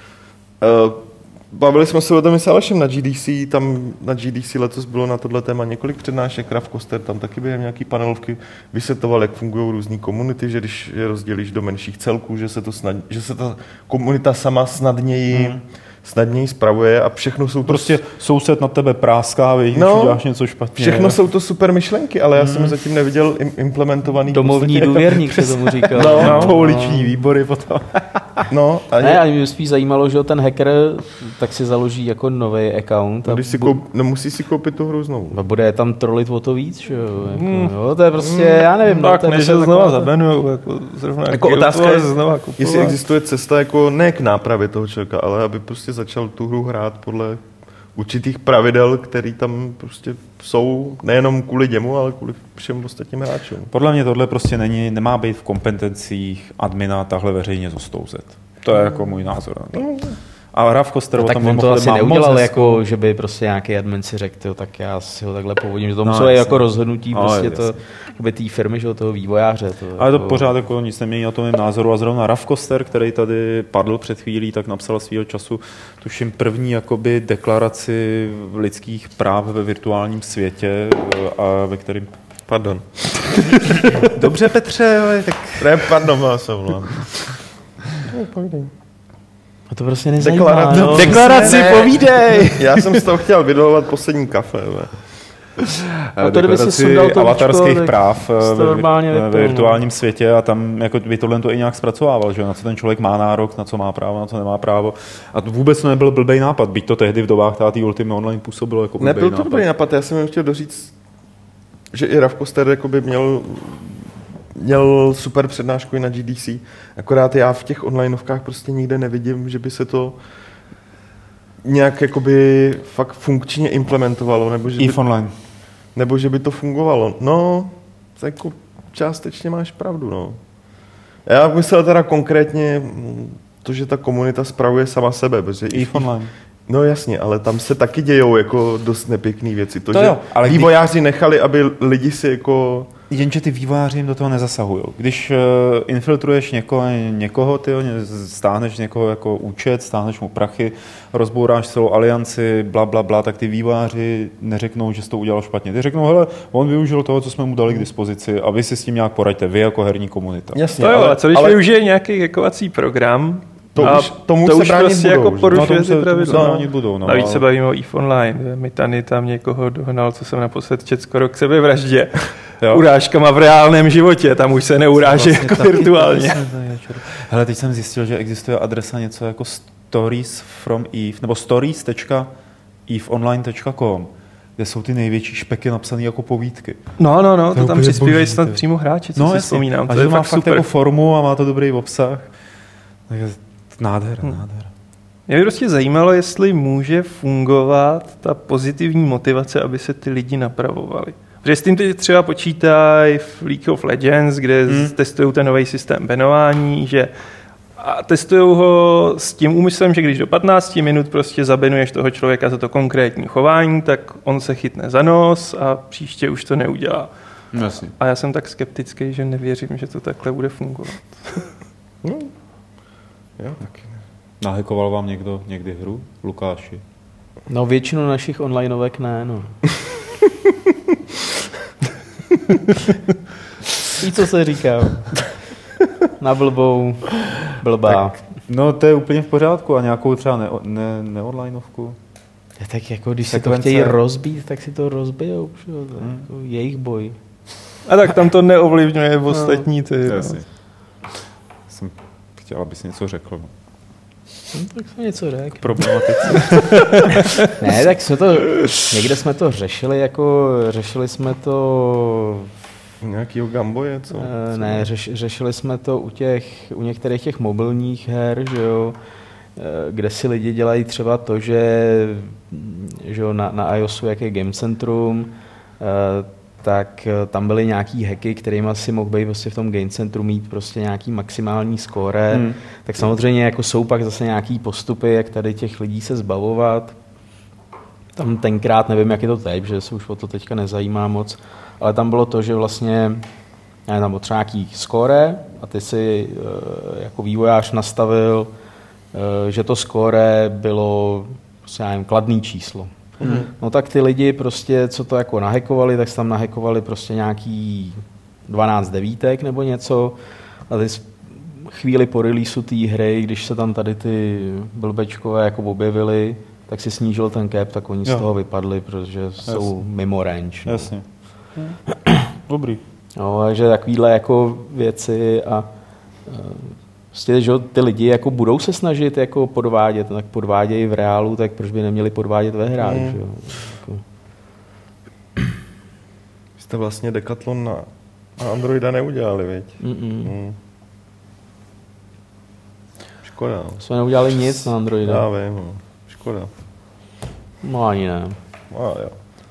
bavili jsme se o tom i s Alešem na GDC, tam na GDC letos bylo na tohle téma několik přednášek, Raf Koster tam taky během nějaký panelovky vysvětloval, jak fungují různý komunity, že když je rozdělíš do menších celků, že se ta komunita sama snadněji spravuje a všechno jsou to... Prostě soused na tebe práská, když uděláš něco špatně. Všechno jsou to super myšlenky, ale já jsem zatím neviděl implementovaný... Domovní důvěrník se tomu říkal. Pouliční výbory potom. A mě spíš zajímalo, že ten hacker tak si založí jako nový account. Musí si koupit tu hru znovu. A bude tam trolit o to víc, že jo? Jo, to je prostě, já nevím. Tak než se znova zabenujou, jako otázka je, jestli existuje cesta jako ne k nápravě toho člověka, ale aby prostě začal tu hru hrát podle určitých pravidel, které tam prostě jsou nejenom kvůli němu, ale kvůli všem ostatním hráčům. Podle mě tohle prostě nemá být v kompetencích admina tahle veřejně zostouzet. To je jako můj názor na to. A Raf Koster tak on to asi neudělal, jako, že by prostě nějaký admin si řekl, tak já si ho takhle povodím, že to muselo jako rozhodnutí prostě to, té firmy, že toho vývojáře. Ale to pořád jako nic nemění na tom mém názoru. A zrovna Raf Koster, který tady padl před chvílí, tak napsal svýho času, tuším první jakoby deklaraci lidských práv ve virtuálním světě, a ve kterým... Pardon. Dobře, Petře, tak... Ne, pardon, já se volám. A to prostě nezajímá. Deklaraci, povídej! Já jsem z toho chtěl vydolovat poslední kafe. Deklaraci avatarských práv ve virtuálním světě a tam jako by tohle to i nějak zpracovával, že na co ten člověk má nárok, na co má právo, na co nemá právo. A to vůbec to nebyl blbej nápad, byť to tehdy v dobách tý Ultima Online působilo jako blbej nápad. Nebyl to blbej nápad, já jsem jen chtěl doříct, že i Raf Koster jakoby měl super přednášku i na GDC, akorát já v těch onlineovkách prostě nikde nevidím, že by se to nějak jakoby fakt funkčně implementovalo, nebo že by to fungovalo. No, jako částečně máš pravdu, no. Já myslel teda konkrétně to, že ta komunita spravuje sama sebe, protože online. No jasně, ale tam se taky dějou jako dost nepěkný věci. To že jo, ale vývojáři nechali, aby lidi si jako jenže ty vývojáři jim do toho nezasahují. Když infiltruješ někoho, stáhneš někoho jako účet, stáhneš mu prachy, rozbouráš celou alianci, bla, bla, bla, tak ty vývojáři neřeknou, že jsi to udělal špatně. Ty řeknou, hele, on využil toho, co jsme mu dali k dispozici a vy si s tím nějak poraďte, vy jako herní komunita. Jasně, to jo, ale co když využije nějaký hackovací program, tomu to se už bránit prostě budou, jako porušuje ty pravidla. Budou. No, navíc se bavíme o EVE Online. Mitany tam někoho dohnal, co jsem naposled čet skoro k sebevraždě. Urážkama v reálném životě, tam už se neuráží vlastně jako virtuálně. Hele, teď jsem zjistil, že existuje adresa něco jako stories from EVE, nebo stories.eveonline.com, kde jsou ty největší špeky napsané jako povídky. No, to tam přispívají snad přímo hráči, co si vzpomínám. A to že má fakt jako formu a má to dobrý obsah. Takže nádhera. Mě by prostě zajímalo, jestli může fungovat ta pozitivní motivace, aby se ty lidi napravovali. Protože s tím teď třeba počítají v League of Legends, kde testují ten nový systém benování, že a testují ho s tím úmyslem, že když do 15 minut prostě zabenuješ toho člověka za to konkrétní chování, tak on se chytne za nos a příště už to neudělá. Jasně. A já jsem tak skeptický, že nevěřím, že to takhle bude fungovat. Jo, taky ne. Nahackoval vám někdo někdy hru, Lukáši? No většinu našich onlineovek ne, no. Víš, co se říká? Na blbá. Tak, no to je úplně v pořádku a nějakou třeba neonlineovku? Tak jako když se to chtějí rozbít, tak si to rozbijou. Jako jejich boj. A tak tam to neovlivňuje ostatní ty. Jasně. Jsem chtěl, abys něco řekl. Tak jsem něco řekl. Problematice. Ne, tak někde jsme to řešili, řešili jsme to... Nějakýho Gamboje, co? Ne, řešili jsme to u některých těch mobilních her, že jo, kde si lidi dělají třeba to, že jo, na iOSu, jak je Game Centrum, tak tam byly nějaký hacky, kterými si mohl být prostě v tom Game Centru mít prostě nějaký maximální skóre. Tak samozřejmě jako jsou pak zase nějaký postupy, jak tady těch lidí se zbavovat. Tam tenkrát, nevím, jak je to teď, že se už o to teďka nezajímá moc, ale tam bylo to, že vlastně tam bylo třeba nějaký skóre a ty si jako vývojář nastavil, že to skóre bylo prostě, já nevím, kladný číslo. No tak ty lidi prostě, co to jako nahackovali, tak tam nahackovali prostě nějaký 12 devítek nebo něco a ty chvíli po releaseu té hry, když se tam tady ty blbečkové jako objevili, tak si snížil ten cap, tak oni z toho vypadli, protože jsou mimo range. No. Jasně. Dobrý. No, takže takovýhle jako věci a prostě, že ty lidi jako budou se snažit jako podvádět, tak podvádějí v reálu, tak proč by neměli podvádět ve hrách, že jo? Jako. Jste vlastně Decathlon na Androida neudělali, viď? Škoda. Jsme neudělali nic na Androida. Já vím, škoda. No ani ne. No, jo.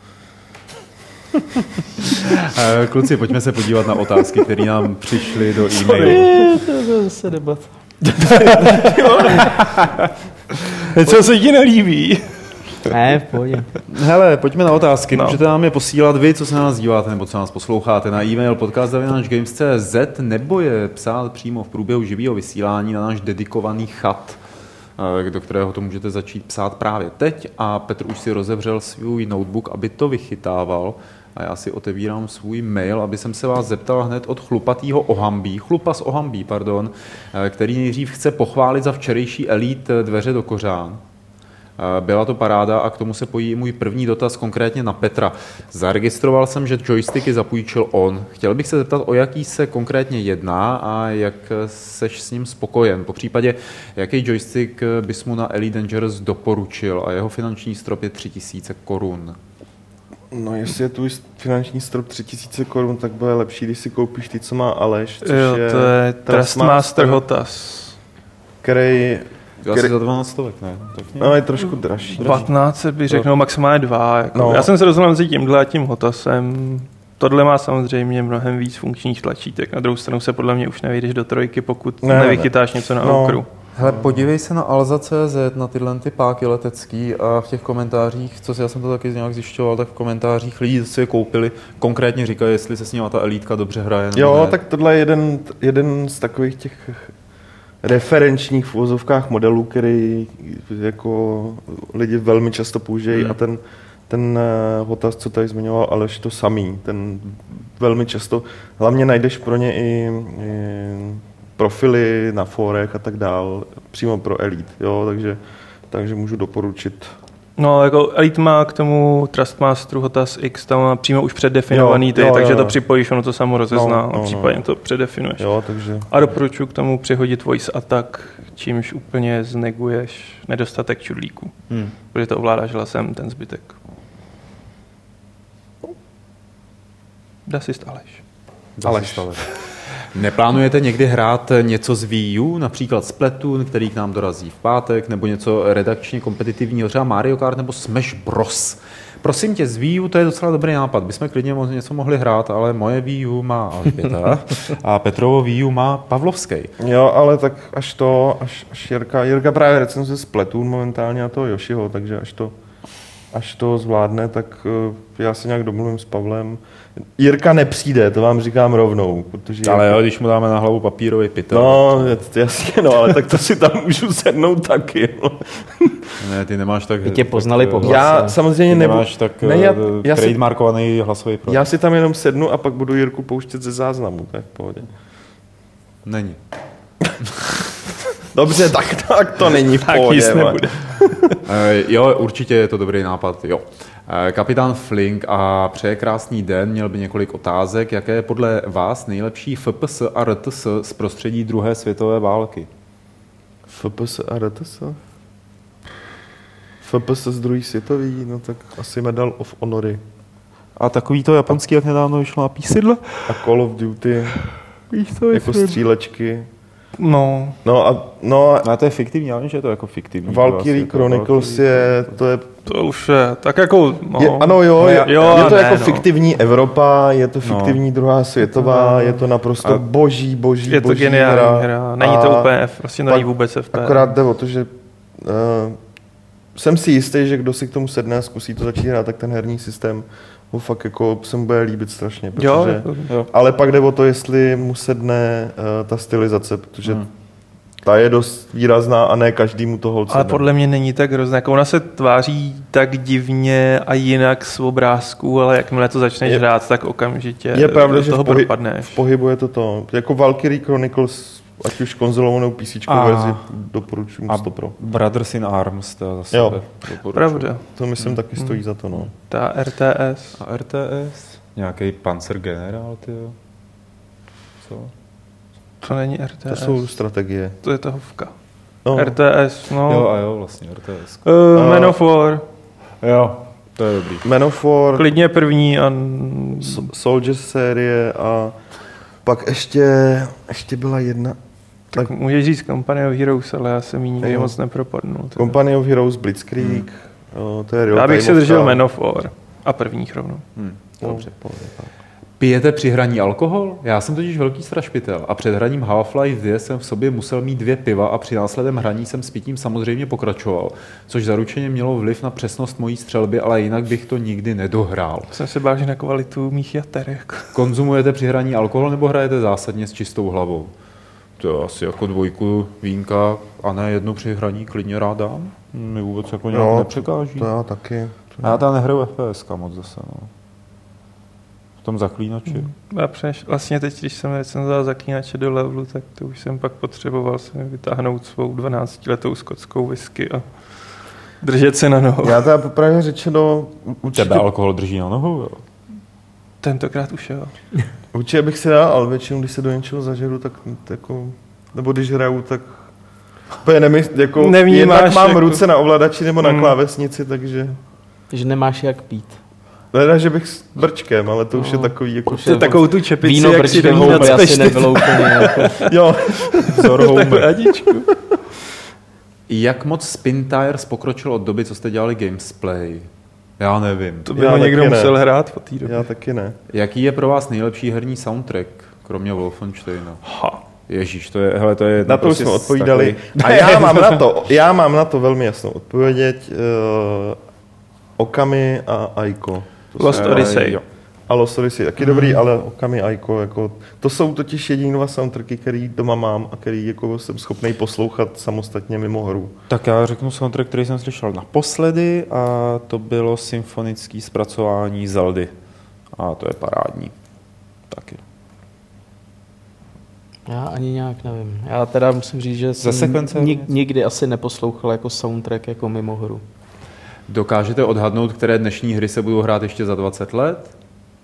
Kluci, pojďme se podívat na otázky, které nám přišly do e-mailu. To je zase debat. Co se ti nelíbí? Ne, v pohodě. Hele, pojďme na otázky. Můžete nám je posílat vy, co se na nás díváte nebo co nás posloucháte na e-mail podcast@games.cz nebo je psát přímo v průběhu živého vysílání na náš dedikovaný chat, do kterého to můžete začít psát právě teď. A Petr už si rozevřel svůj notebook, aby to vychytával. A já si otevírám svůj mail, aby jsem se vás zeptal hned od chlupatýho Ohambí, chlupas Ohambí, pardon, který nejdřív chce pochválit za včerejší Elite Dveře do kořán. Byla to paráda a k tomu se pojí i můj první dotaz konkrétně na Petra. Zaregistroval jsem, že joysticky zapůjčil on. Chtěl bych se zeptat, o jaký se konkrétně jedná a jak seš s ním spokojen. Po případě, jaký joystick bys mu na Elite Dangerous doporučil a jeho finanční strop je 3000 korun. No jestli je tvůj finanční strop 3000 korun, tak bude lepší, když si koupíš ty, co má Aleš, což jo, to je Trustmaster Hotas. Který asi za 12, ne? Tak no, je trošku dražší. 15 bych řekl, maximálně 2. Jako. No. Já jsem se rozhodl mezi tímhle a tím Hotasem. Tohle má samozřejmě mnohem víc funkčních tlačítek. Na druhou stranu se podle mě už nevyjdeš do 3, pokud nevychytáš něco na okru. Hele, podívej se na Alza.cz, na tyhle ty páky letecký a v těch komentářích, já jsem to taky nějak zjišťoval, tak v komentářích lidi, co je koupili, konkrétně říkají, jestli se s nima ta Elítka dobře hraje. Jo, ne. tak tohle je jeden z takových těch referenčních v uvozovkách modelů, který jako lidi velmi často použijí a ten otaz, co tady zmiňoval Aleš, to samý, ten velmi často, hlavně najdeš pro ně i profily na fórech a tak dál, přímo pro Elite, jo, takže můžu doporučit. No, jako Elite má k tomu Trustmasteru Hotas X, tam má přímo už předdefinovaný takže to připojíš, ono to samo rozezná a případně to předefinuješ. Jo, takže... A doporučuji k tomu přihodit voice attack, čímž úplně zneguješ nedostatek čudlíků, protože to ovládáš hlasem, ten zbytek. Dasist Aleš. Neplánujete někdy hrát něco z Wii U, například Splatoon, který k nám dorazí v pátek, nebo něco redakčně kompetitivního, třeba Mario Kart nebo Smash Bros. Prosím tě, z Wii U to je docela dobrý nápad, bychom klidně něco mohli hrát, ale moje Wii U má Alžběta a Petrovo Wii U má Pavlovský. Jo, ale tak až Jirka právě recenzuje Splatoon momentálně a toho Yoshiho, takže až to zvládne, tak já se nějak domluvím s Pavlem. Jirka nepřijde, to vám říkám rovnou. Protože ale jo, když mu dáme na hlavu papírový pytel. No, jasně, no, ale tak to si tam můžu sednout taky. No. Ne, ty nemáš tak... Ty tě poznali po hlase. Já samozřejmě nemáš tak trademarkovaný hlasový program. Já si tam jenom sednu a pak budu Jirku pouštět ze záznamu, tak v pohodě. Není. Dobře, tak to není v pohodě. Jo, určitě je to dobrý nápad, jo. Kapitán Flink a přeje krásný den, měl by několik otázek. Jaké je podle vás nejlepší FPS a RTS z prostředí druhé světové války? FPS a RTS? FPS z druhé světové, no tak asi Medal of Honory. A takový to japonský, jak nedávno vyšlo na PC. A Call of Duty, jako střílečky. No a to je fiktivní, já vím, že je to jako fiktivní. Valkyrie Chronicles to už je, tak jako... No. Je to jako fiktivní Evropa, je to fiktivní druhá světová, je to naprosto boží je to geniální hra. Není to úplně, prostě není vůbec FPS. Akorát jde o to, že jsem si jistý, že kdo si k tomu sedne a zkusí to začít hrát, tak ten herní systém ho fakt jako se mu bude líbit strašně, protože, jo. Ale pak jde o to, jestli mu sedne ta stylizace, protože ta je dost výrazná a ne každému to holce. Ale podle mě není tak hrozná, jako ona se tváří tak divně a jinak z obrázků, ale jakmile to začneš hrát, tak okamžitě je pravda, do toho propadneš. V pohybu je to. Jako Valkyrie Chronicles, ať už konzolovanou PCčkovou verzi, doporučuji 100%. Brothers in Arms, to zase pravda. To myslím taky stojí za to, no. Ta RTS. A RTS? Nějaký Panzergeneral, tyjo. Co? To není RTS. To jsou strategie. To je tahovka. No. RTS, no. Jo, vlastně RTS. Man of War. Jo, to je dobrý. Man of War. Klidně první a... Soldiers série a pak ještě byla jedna... Tak můžeš říct Company of Heroes, ale já jsem jí nikdy moc nepropadnul. Teda. Company of Heroes, Blitzkrieg, to je real. Já bych se držel Man of War a prvních rovnou. Dobře. Pijete při hraní alkohol? Já jsem totiž velký strašpitel a před hraním Half-Life 2 jsem v sobě musel mít 2 piva a při následném hraní jsem s pitím samozřejmě pokračoval, což zaručeně mělo vliv na přesnost mojí střelby, ale jinak bych to nikdy nedohrál. Jsem se bál, že na kvalitu mých jater. Jako. Konzumujete při hraní alkohol nebo hrajete zásadně s čistou hlavou? To je asi jako 2 vínka a ne 1 při hraní klidně rád dám. Mi vůbec jako nějak nepřekáží. To já taky. Já tam nehraju FPSka moc zase, no. V tom Zaklínači. Vlastně teď, když jsem recenzoval Zaklínače do levelu, tak to už jsem pak potřeboval se vytáhnout svou 12letou skotskou whisky a držet se na nohou. Já teda popravdě řečeno... Tebe alkohol drží na nohou, jo? Tentokrát už jo. Určitě bych si dal, ale většinou, když se do něčeho zažeru, tak jako... Nebo když hraju, tak... Jako, jednak mám jako... ruce na ovladači nebo na klávesnici, takže... Že nemáš jak pít. Teda, že bych s brčkem, ale to už je takový jako... To je takovou tu čepici, víno jak si do ní asi nebylo úplně jako... Jo. Jak moc Spin Tires pokročil od doby, co jste dělali Gamesplay? Já nevím. To by ho někdo musel hrát po té době. Já taky ne. Jaký je pro vás nejlepší herní soundtrack, kromě Wolfensteina? Ježíš, to je... Na to už jsme odpovídali. A já mám na to velmi jasnou odpověď. Okami a Aiko. Lost Odyssey. Jo. A Lost Odyssey taky dobrý, ale Okami a Aiko, jako, to jsou totiž jediný dva soundtracky, který doma mám a který jako jsem schopný poslouchat samostatně mimo hru. Tak já řeknu soundtrack, který jsem slyšel naposledy a to bylo symfonické zpracování Zeldy. A to je parádní. Taky. Já ani nějak nevím. Já teda musím říct, že jsem nikdy asi neposlouchal jako soundtrack jako mimo hru. Dokážete odhadnout, které dnešní hry se budou hrát ještě za 20 let?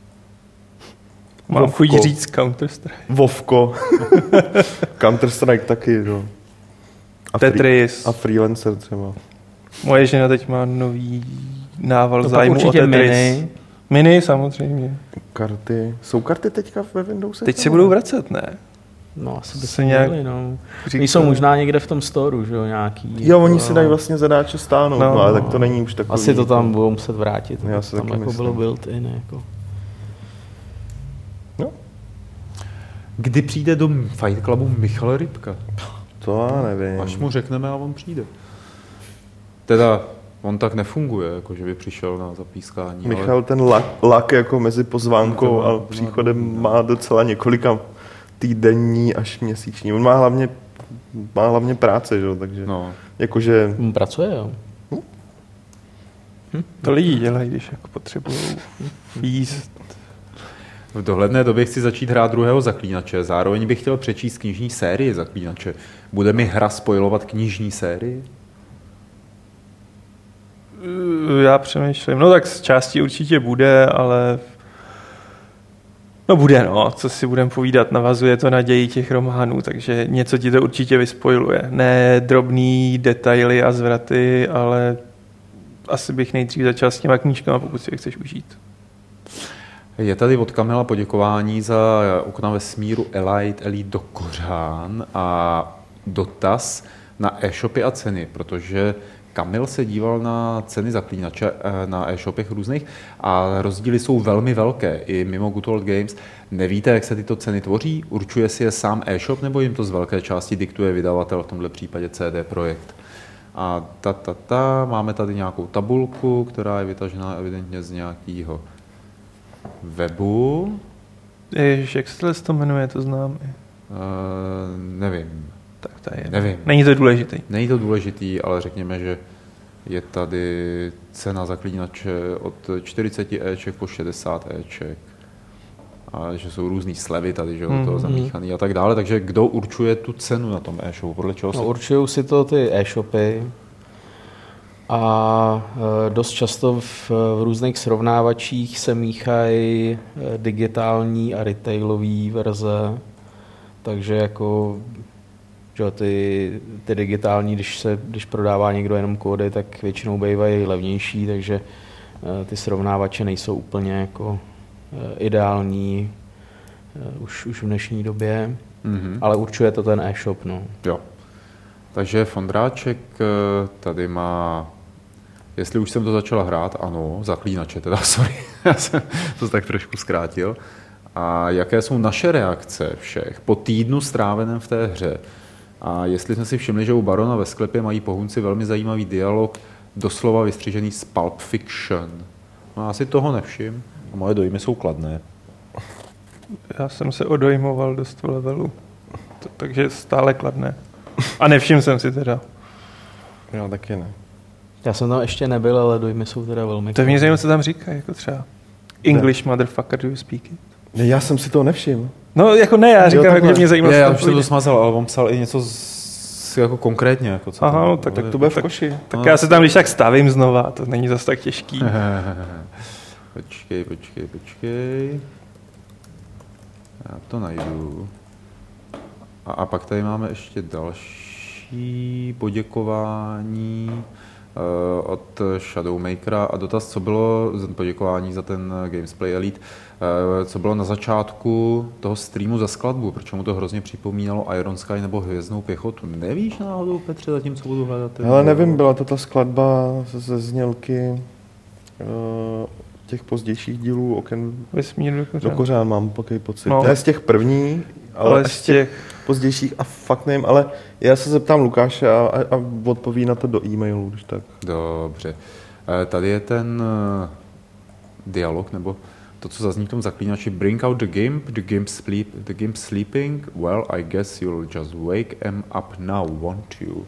Mám chuť říct Counter-Strike. Vovko. Counter-Strike taky, no. A Tetris. A Freelancer třeba. Moje žena teď má nový nával zájmu o Tetris. Mini samozřejmě. Karty. Jsou karty teďka ve Windowse? Teď se budou vracet, ne? No, asi by se měli, no. Oni jsou možná někde v tom storu, že jo, nějaký. Jo, oni si dají vlastně zadáče stáhnout, no, ale tak to není už takový. Asi to tam budou muset vrátit. Já se tam taky jako myslím. bylo built-in, jako. No. Kdy přijde do Fight Clubu Michal Rybka? To já nevím. Až mu řekneme a on přijde. Teda on tak nefunguje, jako že by přišel na zapískání. Michal ale... ten lak jako mezi pozvánkou a příchodem má docela několika týdenní až měsíční. On má hlavně práce, že? Takže jakože... Pracuje, jo. To lidi dělají, když jako potřebují jíst. V dohledné době chci začít hrát druhého Zaklínače. Zároveň bych chtěl přečíst knižní sérii Zaklínače. Bude mi hra spoilovat knižní sérii? Já přemýšlím. No tak z části určitě bude, ale... No bude, no. Co si budem povídat. Navazuje to na ději těch románů, takže něco ti to určitě vyspoiluje. Ne drobný detaily a zvraty, ale asi bych nejdřív začal s těma knížkama, pokud si je chceš užít. Je tady od Kamila poděkování za Okna vesmíru Elite do kořán a dotaz na e-shopy a ceny, protože Kamil se díval na ceny Zaklínače na e-shopech různých a rozdíly jsou velmi velké i mimo Good Old Games. Nevíte, jak se tyto ceny tvoří? Určuje si je sám e-shop nebo jim to z velké části diktuje vydavatel, v tomhle případě CD Projekt? A máme tady nějakou tabulku, která je vytažená evidentně z nějakého webu. Ježiš, jak se to jmenuje, to znám. Nevím. Tak to je. Nevím. Není to důležitý. Není to důležitý, ale řekněme, že je tady cena Zaklínače od 40 Eček po 60 Eček. A že jsou různý slevy tady, že toho zamíchaný a tak dále. Takže kdo určuje tu cenu na tom e-shopu? Podle čeho No, určují si to ty e-shopy a dost často v různých srovnávačích se míchají digitální a retailové verze. Takže jako že ty digitální, když prodává někdo jenom kódy, tak většinou bývají levnější, takže ty srovnávače nejsou úplně jako ideální už v dnešní době, ale určuje to ten e-shop. No. Jo. Takže Fondráček tady má, jestli už jsem to začala hrát, ano, Zaklínače teda, sorry, já jsem to tak trošku zkrátil. A jaké jsou naše reakce všech po týdnu stráveném v té hře? A jestli jsme si všimli, že u Barona ve sklepě mají pohunci velmi zajímavý dialog, doslova vystřižený z Pulp Fiction. No, já si toho nevšim a moje dojmy jsou kladné. Já jsem se odojmoval dost v levelu, takže stále kladné. A nevšiml jsem si teda. Já taky ne. Já jsem tam ještě nebyl, ale dojmy jsou teda velmi... To mě zajímá, co tam říká, jako třeba English motherfucker, do you speak it? Já jsem si toho nevšiml. No jako ne, já říkám, jak mě zajímá. Já už jsem to smazal, ale on psal i něco jako konkrétně. Jako co aha, no, tak to bude v koši. Tak já se tam když tak stavím znova, to není zase tak těžký. Počkej. Já to najdu. A pak tady máme ještě další poděkování od Shadowmakera a dotaz, co bylo poděkování za ten Gamesplay Elite, co bylo na začátku toho streamu za skladbu, protože mu to hrozně připomínalo Iron Sky nebo Hvězdnou pěchotu. Nevíš náhodou, Petře, zatím, co budu hledat? Ale nevím, byla to ta skladba ze znělky těch pozdějších dílů Oken vesmíru do kořán, mám takový pocit. No. To je z těch první, ale z těch pozdějších a fakt nevím, ale já se zeptám Lukáše a odpoví na to do e-mailu, když tak. Dobře. Tady je ten dialog, nebo to, co zazní v tom zaklínači. Bring out the gimp sleeping, well, I guess you'll just wake him up now, won't you?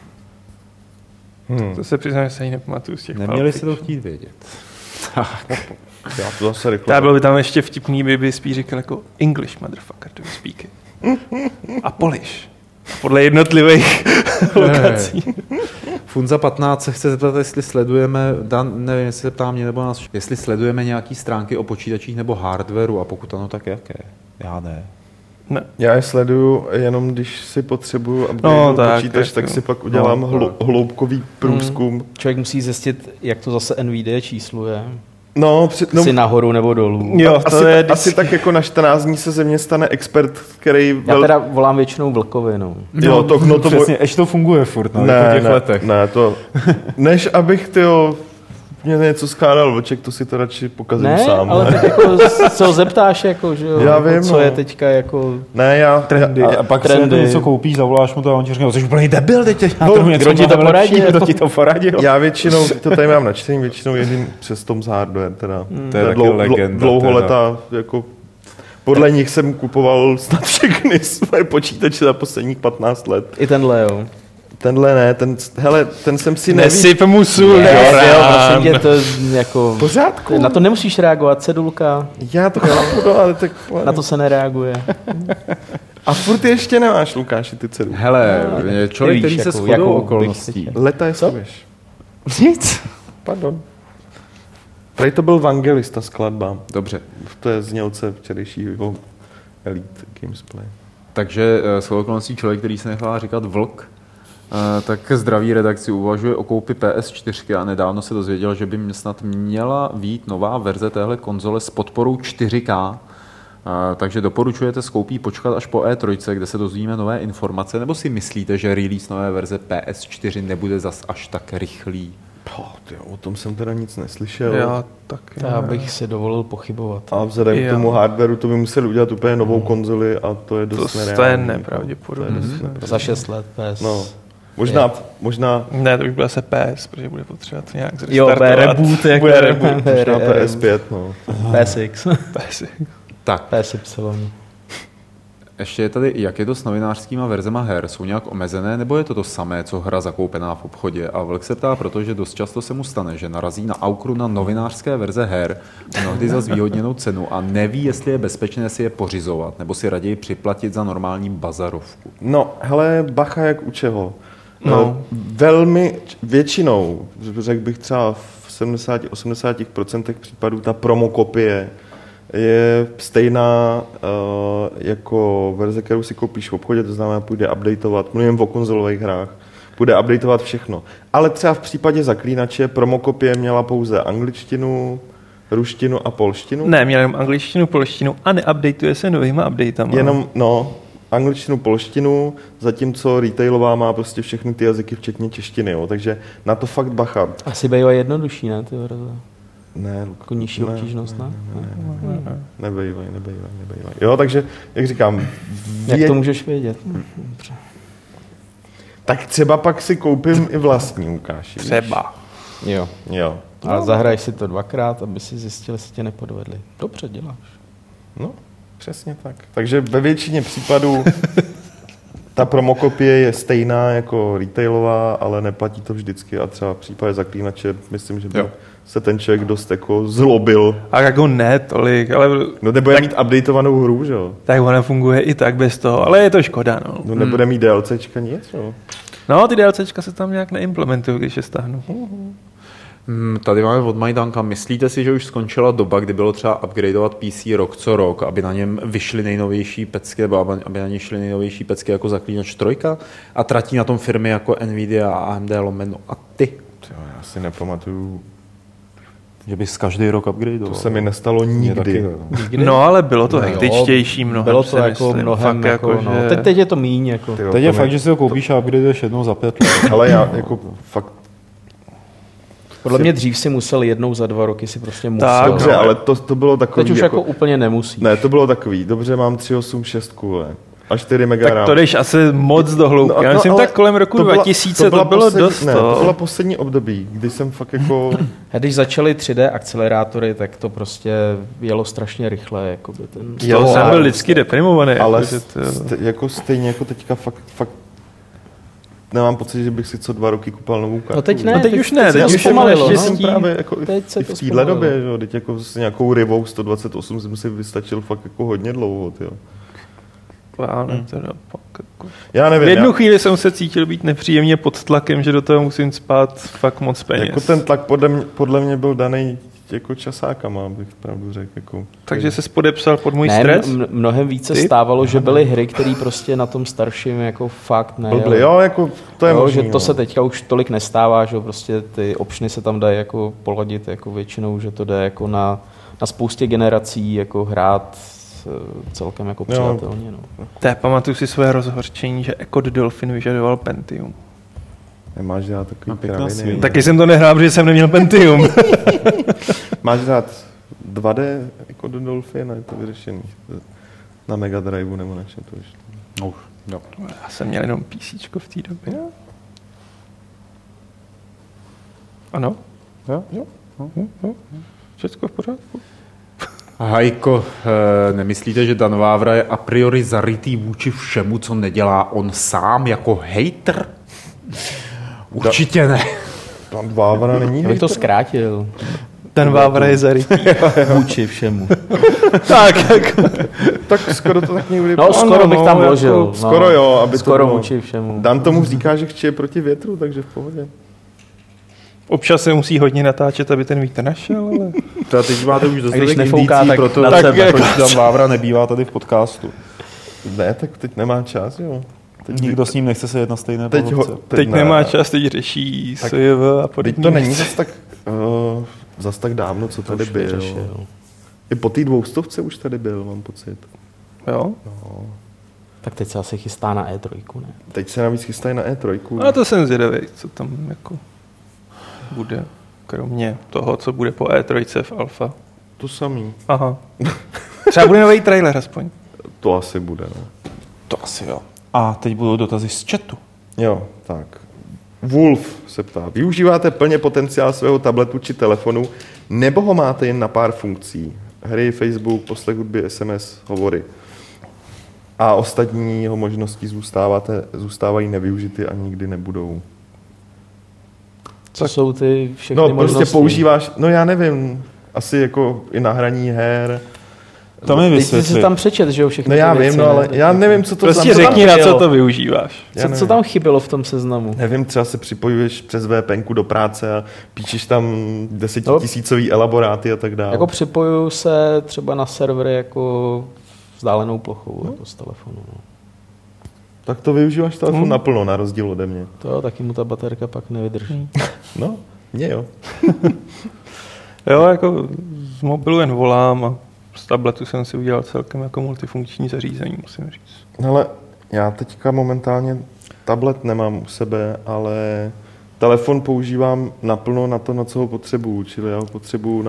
To se přiznám, že se ani nepamatuju z těch Neměli se to chtít vědět. Tak. Já to zase rychle. Tak bylo by tam ještě vtipný, by spíš říkal jako English, motherfucker, do you speak it. A Polish. Podle jednotlivých lokací. Funza 15 se chce zeptat, jestli sledujeme, nevím, jestli se ptá mě nebo nás, jestli sledujeme nějaký stránky o počítačích nebo hardwareu a pokud ano, tak jaké? Já ne. Ne. Já je sleduju jenom, když si potřebuju počítač, tak si pak udělám hloubkový průzkum. Člověk musí zjistit, jak to zase NVIDIA čísluje. No, si nahoru nebo dolů. Jo, asi tak jako na 14 dní se ze mě stane expert, který... Já teda volám většinou Vlkovi, no. Jo, to přesně, ještě to funguje furt, no, po těch letech. Ne, to... Než abych, mě něco skládal vlček, to si to radši pokazím sám. Ne, ale tak jako se ho zeptáš, jako, že jo, já vím, co je teďka jako trendy. A pak si něco koupíš, zavoláš mu to a on ti řekne, jsi úplný debil, teď kdo ti to poradil? Já většinou, to tady mám načtení, většinou jedním přes Tom's Hardware, teda. To je taky legenda. Dlouholetá, jako... Podle nich jsem kupoval snad všechny svoje počítače za posledních 15 let. I tenhle, jo. Tenhle ne, ten jsem si nesyp mu sůl, prosím tě, to jako... Pořádku. Na to nemusíš reagovat, cedulka. Já to chápu, ale tak... Na to se nereaguje. A furt ještě nemáš, Lukáši, ty cedulky. Hele, člověk, který se shodou okolností. Leta je svěš. Nic. Pardon. Prej to byl Vangelista skladba. Dobře. To je znělce včerejšího Elite Gamesplay. Takže shodou okolností člověk, který se nechává říkat Vlk, tak zdraví redakci uvažuje o koupi PS4 a nedávno se dozvěděl, že by snad měla být nová verze téhle konzole s podporou 4K. Takže doporučujete s koupí počkat až po E3, kde se dozvíme nové informace, nebo si myslíte, že release nové verze PS4 nebude zas až tak rychlý? O tom jsem teda nic neslyšel. Já bych si dovolil pochybovat. A vzhledem k tomu hardwareu to by museli udělat úplně novou konzoli a to je dost nereálné. To je nepravděpodobné. Za 6 let PS. No. Možná... Ne, to by byl se PS, protože bude potřebovat nějak zrestartovat. Jo, bude reboot. Bude reboot. Možná PS5, no. PSX. Tak. PSY. Ještě je tady, jak je to s novinářskýma verzema her? Jsou nějak omezené, nebo je to samé, co hra zakoupená v obchodě? A Vlk se ptá, protože dost často se mu stane, že narazí na aukru na novinářské verze her, mnohdy za zvýhodněnou cenu a neví, jestli je bezpečné si je pořizovat, nebo si raději připlatit za normální bazarovku. No, hele, bacha jak u čeho. No. Velmi většinou, řekl bych třeba v 70-80% případů, ta promokopie je stejná jako verze, kterou si koupíš v obchodě, to znamená, půjde updateovat, mluvím o konzolových hrách, půjde updateovat všechno. Ale třeba v případě Zaklínače promokopie měla pouze angličtinu, ruštinu a polštinu. Ne, měla jenom angličtinu, polštinu a neupdateuje se novýma updatama. Jenom, angličtinu, polštinu, zatímco retailová má prostě všechny ty jazyky, včetně češtiny, jo. Takže na to fakt bacha. Asi bývá jednodušší, ne, ty verze? Ne, jako nižší obtížnost, ne? Nebejvaj. Jo, takže, jak říkám... Jak to můžeš vědět? Tak třeba pak si koupím i vlastní, Lukáši. Třeba. Jo. Ale zahraješ si to dvakrát, aby si zjistil, jestli tě nepodvedli. Dobře děláš. No, přesně tak. Takže ve většině případů ta promokopie je stejná jako retailová, ale neplatí to vždycky. A třeba v případě Zaklínače, myslím, že by se ten člověk dost jako zlobil. A jako ne tolik, ale... No nebude mít updateovanou hru, že jo? Tak ona funguje i tak bez toho, ale je to škoda, no. No nebude mít DLCčka nic, jo? No, ty DLCčka se tam nějak neimplementují, když je stáhnu. Tady máme od Majdanka. Myslíte si, že už skončila doba, kdy bylo třeba upgradeovat PC rok co rok, aby na něm vyšly nejnovější pecky, nebo aby na něj šly nejnovější pecky jako Zaklínač 3? A tratí na tom firmy jako Nvidia a AMD lomeno a ty? Já si nepamatuju, že bys každý rok upgradeoval. To se mi nestalo nikdy. No, ale bylo to hektičtější mnohem. Bylo to jako mnohem, jako, no. Teď je to míň. Jako. Teď je fakt, že si ho koupíš a upgradeuješ jednou za 5 let. Ale já jako fakt Podle mě dřív si musel jednou za 2 roky si prostě musel. Tak, dobře, ale to bylo takový... Teď už jako úplně nemusíš. Ne, to bylo takový. Dobře, mám 386 a 4 mega Tak to jdeš asi moc do hloubky. Já myslím, tak kolem roku 2000 to bylo dost. Ne, to bylo poslední období, kdy jsem fakt jako... A když začaly 3D akcelerátory, tak to prostě jelo strašně rychle. Jakoby ten... Jo, jsem byl vždycky deprimovaný. Ale jako stejně jako teďka fakt nemám pocit, že bych si co 2 roky kupal novou kartu. No teď ne, no teď už ne, teď už zpomalilo. No, právě jako teď se i v téhle době, že? Teď jako s nějakou Rivou 128 jsem si vystačil fakt jako hodně dlouho, tyjo. Já nevím. V jednu chvíli jsem se cítil být nepříjemně pod tlakem, že do toho musím spát fakt moc peněz. Jako ten tlak podle mě byl daný jako časákama, bych pravdu řekl. Jako, takže se podepsal pod můj stres? Mnohem více stávalo, že byly hry, které prostě na tom starším jako fakt nejeli. Jo, jako to je možný, že to se teďka už tolik nestává, že prostě ty optiony se tam dají jako poladit jako většinou, že to jde jako na spoustě generací jako hrát celkem jako přijatelně. No. Pamatuju si své rozhorčení, že Ecod Dolphin vyžadoval Pentium. Nemáš rád takový kraviny. Taky jsem to nehrál, protože jsem neměl Pentium. Máš rád 2D Ecod Dolphin a je to vyřešený. Na Mega Driveu nebo na čem to už. No. Já jsem měl jenom PCčko v té době. Ano? Jo. Všechno v pořádku. Hajko, nemyslíte, že Dan Vávra je a priori zarytý vůči všemu, co nedělá on sám jako hejter? Určitě ne. Dan Vávra není hejter. Já bych to zkrátil. Dan Vávra je zarytý vůči všemu. Tak skoro to tak někdy... No, skoro bych tam vložil. Jako, skoro jo, aby skoro to vůči všemu. Dan tomu říká, že chce proti větru, takže v pohodě. Občas se musí hodně natáčet, aby ten vítr našel, ale... To teď máte už dostatek indící, proto proč Dan Vávra nebývá tady v podcastu. Ne, tak teď nemá čas, jo. Nikdo s ním nechce se jet na stejné pohodce. Teď nemá čas, teď řeší SJV a podobně. Teď to není zas tak dávno, co tady byl. I po té 200 už tady byl, mám pocit. Jo? No. Tak teď se asi chystá na E3, ne? Teď se navíc chystají na E3. A to jsem zvědavý, co tam jako bude, kromě toho, co bude po E3 v Alfa. To samý. Aha. Třeba bude nový trailer aspoň. To asi bude, no. To asi jo. A teď budou dotazy z chatu. Jo, tak. Wolf se ptá, využíváte plně potenciál svého tabletu či telefonu, nebo ho máte jen na pár funkcí? Hry, Facebook, poslech hudby, SMS, hovory. A ostatní jeho možnosti zůstávají nevyužity a nikdy nebudou. Co jsou ty všechny možnosti? Prostě používáš, já nevím, asi jako i na hraní her. To mi vysvětli. Ty jsi tam přečet, že jo, všechny já věci, vím, ale já nevím, co to prostě řekni, na co to využíváš. Co tam chybělo v tom seznamu? Nevím, třeba se připojuješ přes VPNku do práce a píšeš tam 10 000 elaboráty a tak dále. Jako připojuju se třeba na servery jako vzdálenou plochou jako z telefonu. No. Tak to využíváš telefon naplno, na rozdíl ode mě. To taky mu ta baterka pak nevydrží. No, mě jo. Jo, jako z mobilu jen volám a z tabletu jsem si udělal celkem jako multifunkční zařízení, musím říct. Ale já teďka momentálně tablet nemám u sebe, ale telefon používám naplno na to, na co ho potřebuju. Čili já ho potřebuju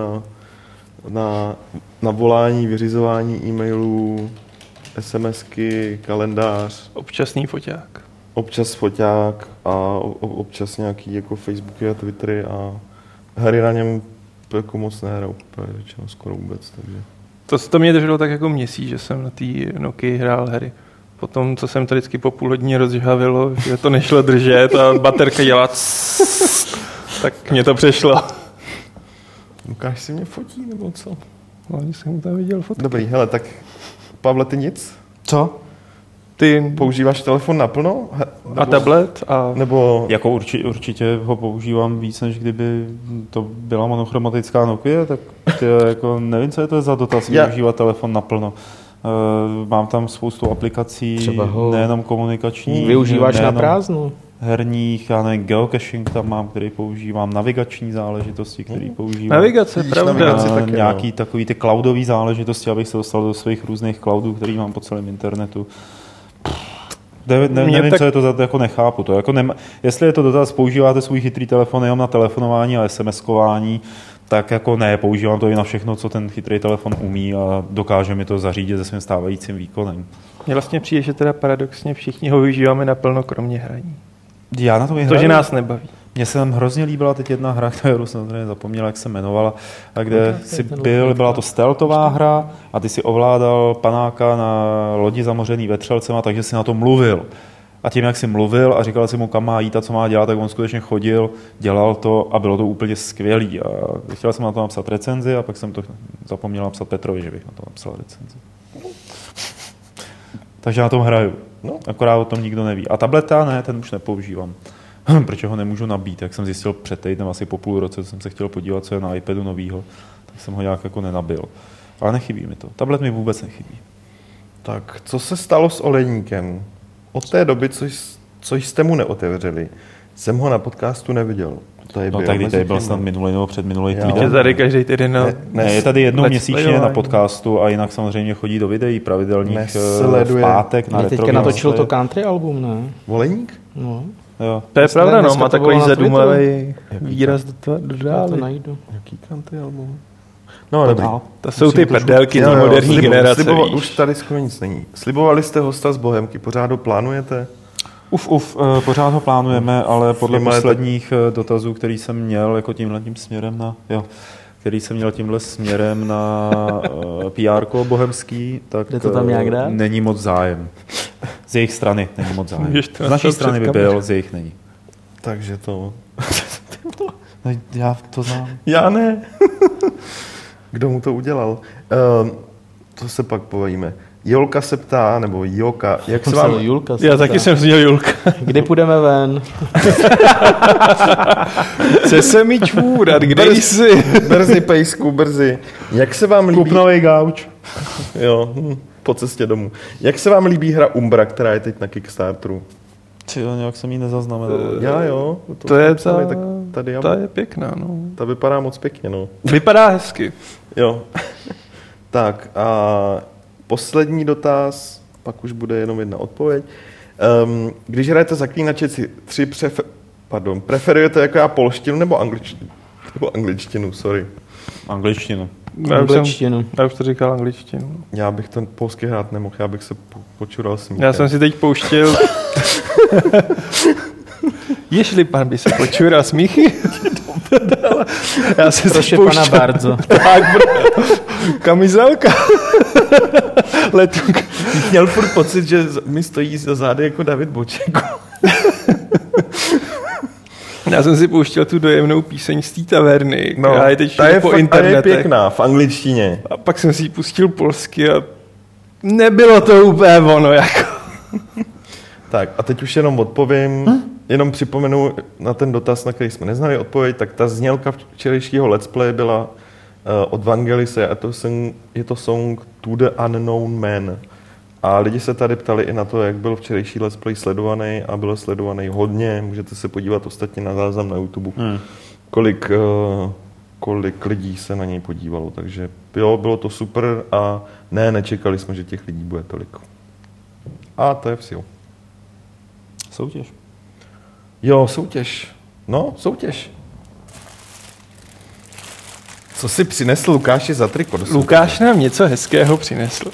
na volání, vyřizování e-mailů, SMSky, kalendář. Občasný foťák. Občas foťák a občas nějaký jako Facebooky a Twittery a hry na něm jako moc nehraju, většinou skoro vůbec, takže... To mě drželo tak jako měsíc, že jsem na té Nokii hrál hry. Potom, co jsem to vždycky po půl hodině rozžhavilo, že to nešlo držet a baterka dělá tak mě to přešlo. Lukáš si mě fotí, nebo co? No, jsem mu tam viděl fotky. Dobrý, hele, tak Pavle, ty nic? Co? Ty používáš telefon naplno? A tablet? Nebo... Jako určitě ho používám víc, než kdyby to byla monochromatická Nokia, tak jako nevím, co je to za dotaz, využívat telefon naplno. Mám tam spoustu aplikací, nejenom komunikačních. Využíváš na prázdno? Herních, já nevím, geocaching tam mám, který používám, navigační záležitosti, který používám. Navigace, pravda. Nějaký takový ty cloudové záležitosti, abych se dostal do svých různých cloudů, který mám po celém internetu. Nevím, co je to za to, jako nechápu to. Jako jestli je to dotaz, používáte svůj chytrý telefon jenom na telefonování a SMS-kování, tak jako ne, používám to i na všechno, co ten chytrý telefon umí a dokáže mi to zařídit se svým stávajícím výkonem. Mně vlastně přijde, že teda paradoxně všichni ho využíváme naplno, kromě hraní. Já na to To, že nás nebaví. Mně se tam hrozně líbila teď jedna hra, kterou jsem zapomněl, jak se jmenovala, a kde si byla to stealthová hra a ty si ovládal panáka na lodi zamořený vetřelcema, takže si na to mluvil. A tím, jak si mluvil a říkal si mu, kam má jít a co má dělat, tak on skutečně chodil, dělal to a bylo to úplně skvělý. A chtěl jsem na to napsat recenzi a pak jsem to zapomněl napsat Petrovi, že bych na to napsal recenzi. Takže na tom hraju. No. Akorát o tom nikdo neví. A tableta ne, ten už nepoužívám. Protože ho nemůžu nabít, jak jsem zjistil před týdnem, asi po půl roce, jsem se chtěl podívat, co je na iPadu novýho, tak jsem ho nějak jako nenabil. Ale nechybí mi to. Tablet mi vůbec nechybí. Tak, co se stalo s Olejníkem? Od té doby, co jste mu neotevřeli, jsem ho na podcastu neviděl. No tak tady byl snad minulý nebo předminulý týden. Je tady každý týden ne, je tady jednou měsíčně na podcastu a jinak samozřejmě chodí do videí pravidelných v pátek na Retro. Teďka natočil to country album, ne? Olejník? No. Jo. To je pravda, no, má takový zadumavý výraz do dále. Najdu. Jaký country album? No, dobrý. To jsou ty prdélky na moderní generace. Už tady skoro nic není. Slibovali jste hosta z Bohemky, pořád ho plánujete? Pořád ho plánujeme, ale podle posledních dotazů, který jsem měl jako tímhle směrem na PR-ko bohemský, tak to tam nějak dá? Není moc zájem. Z jejich strany není moc zájem. Z naší strany by byl, z jejich není. Takže to... Já to znám. Já ne. Kdo mu to udělal? To se pak povíme. Jolka se ptá, nebo Joka, jak se vám... Julka já taky jsem měl Julka. Kdy půjdeme ven? Chce se mi čůrat, kde jsi? Brzy, pejsku, brzy. Jak se vám líbí... Kup novej gauč. Jo, po cestě domů. Jak se vám líbí hra Umbra, která je teď na Kickstarteru? Nějak jsem ji nezaznamenal. Já jo. To je ta je pěkná, no. Ta vypadá moc pěkně, no. Vypadá hezky. Jo. Tak a poslední dotaz, pak už bude jenom jedna odpověď. Když hrajete Zaklínače 3, preferujete jako já polštinu nebo angličtinu? Nebo angličtinu, sorry. Angličtinu. Já už to říkal angličtinu. Já bych ten polský hrát nemohl, já bych se počural smíchem. Já jsem si teď pouštěl... Ježli pan by se počural smíchy? Já jsem si pouštěl... pana bardzo. Tak, kamizelka. Letuk. Měl furt pocit, že mi stojí za zády jako David Boček. Já jsem si pouštěl tu dojemnou píseň z té taverny, která je teď po internetech. Ta je pěkná, v angličtině. A pak jsem si ji pustil polsky a nebylo to úplně ono, jako. Tak a teď už jenom odpovím, jenom připomenu na ten dotaz, na který jsme neznali odpověď, tak ta znělka včerejšího let's play byla od Vangelise a je to song To the Unknown Man. A lidi se tady ptali i na to, jak byl včerejší let's play sledovaný a byl sledovaný hodně. Můžete se podívat ostatně na záznam na YouTube, kolik lidí se na něj podívalo. Takže jo, bylo to super a nečekali jsme, že těch lidí bude tolik. A to je vše. Soutěž. Jo, soutěž. No, soutěž. Co si přinesl Lukáši za triko? Lukáš nám něco hezkého přinesl.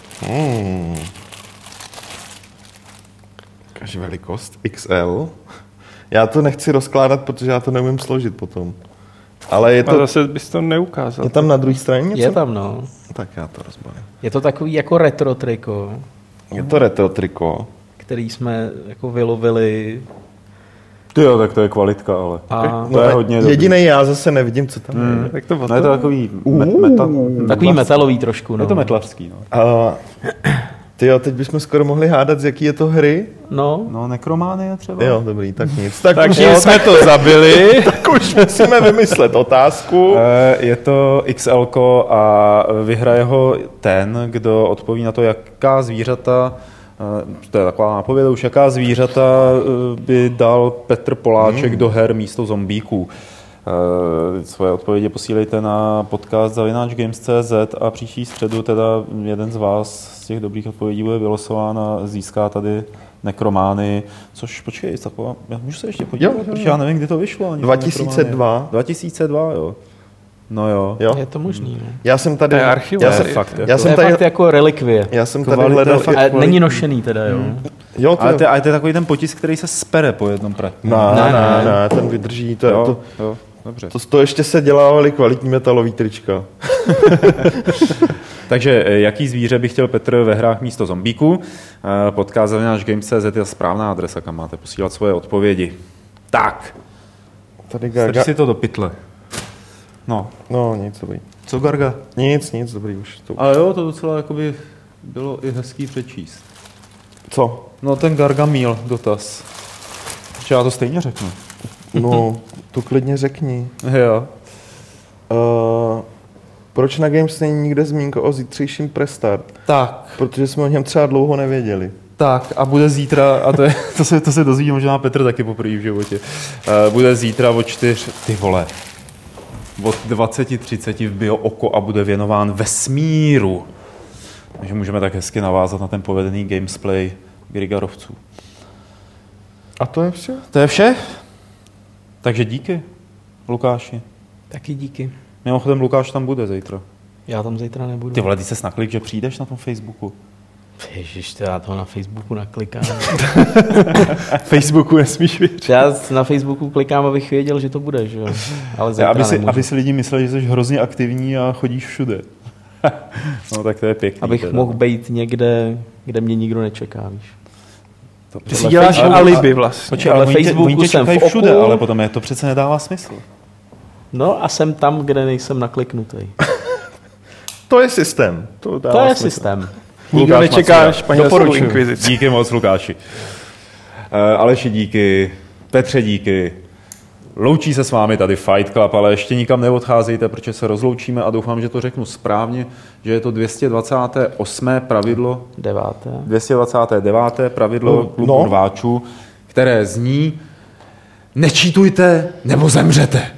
Lukáš velikost XL. Já to nechci rozkládat, protože já to neumím složit potom. Ale je to... A zase bys to neukázal. Je tam na druhé straně něco? Je tam, no. Tak já to rozbalím. Je to takový jako retro triko. Je to retro triko. Který jsme jako vylovili. Jo, tak to je kvalitka, ale to je hodně dobrý. Jedinej já zase nevidím, co tam je. Tak to no je to takový takový metalový trošku. No. Je to metlařský. No. Tyjo, teď bychom skoro mohli hádat, z jaký je to hry. No Nekrománie třeba. Jo, dobrý, tak nic. Tak jsme to zabili. Tak už musíme vymyslet otázku. Je to XL-ko a vyhraje ho ten, kdo odpoví na to, jaká zvířata, to je taková nápověda už, jaká zvířata by dal Petr Poláček do her místo zombíků. Svoje odpovědi posílejte na podcast@games.cz a příští středu teda jeden z vás z těch dobrých odpovědí bude vylosován a získá tady Nekromány, což počkej, taková, já můžu se ještě podívat, protože já nevím, kdy to vyšlo. Ani 2002. 2002, jo. No jo. Je to možný, no. Já jsem tady... To je archiv. To je fakt jako relikvie. Já jsem tady hledal... Není nošený teda, jo. Jo, ale to je takový ten potisk, který se spere po jednom pratě. Ne, ten vydrží. Dobře. To ještě se dělávali kvalitní metalový trička. Takže jaký zvíře by chtěl Petr ve hrách místo zombíku? Podcast náš Games.cz je správná adresa, kam máte posílat svoje odpovědi. Tak. Tady Stačí si to do pytle. No, nic, dobrý. Co Garga? Nic, dobrý už. Ale jo, to docela jakoby bylo i hezký přečíst. Co? No ten Gargamel dotaz. Ještě já to stejně řeknu. No, to klidně řekni. Jo. Proč na Games není nikde zmínka o zítřejším prestart? Tak. Protože jsme o něm třeba dlouho nevěděli. Tak a bude zítra, a to se dozví možná Petr taky poprvé v životě, bude zítra o 4, ty vole, od 20:30 v Bio Oko a bude věnován vesmíru. Takže můžeme tak hezky navázat na ten povedený gamesplay Grigarovců. A to je vše? To je vše? Takže díky, Lukáši. Taky díky. Mimochodem Lukáš tam bude zítra. Já tam zítra nebudu. Ty vole, ty ses naklik, že přijdeš na tom Facebooku. Ježiš, já to na Facebooku naklikám. Facebooku nesmíš věřit. Já na Facebooku klikám, abych věděl, že to bude, že jo. Ale aby si lidi mysleli, že jsi hrozně aktivní a chodíš všude. No tak to je pěkný. Abych mohl být někde, kde mě nikdo nečeká, víš. Ty si děláš alibi vlastně. Počkej, ale Facebooku jsem v oku. Všude, ale potom to přece nedává smysl. No a jsem tam, kde nejsem nakliknutý. To je systém. To je systém. Nikdo nečeká španělskou inkvizici. Díky moc, Lukáši. Aleši, díky. Petře, díky. Loučí se s vámi tady Fight Club, ale ještě nikam neodcházejte, protože se rozloučíme a doufám, že to řeknu správně, že je to 228. pravidlo. 229. pravidlo klubu rváčů, které zní: nečítujte nebo zemřete.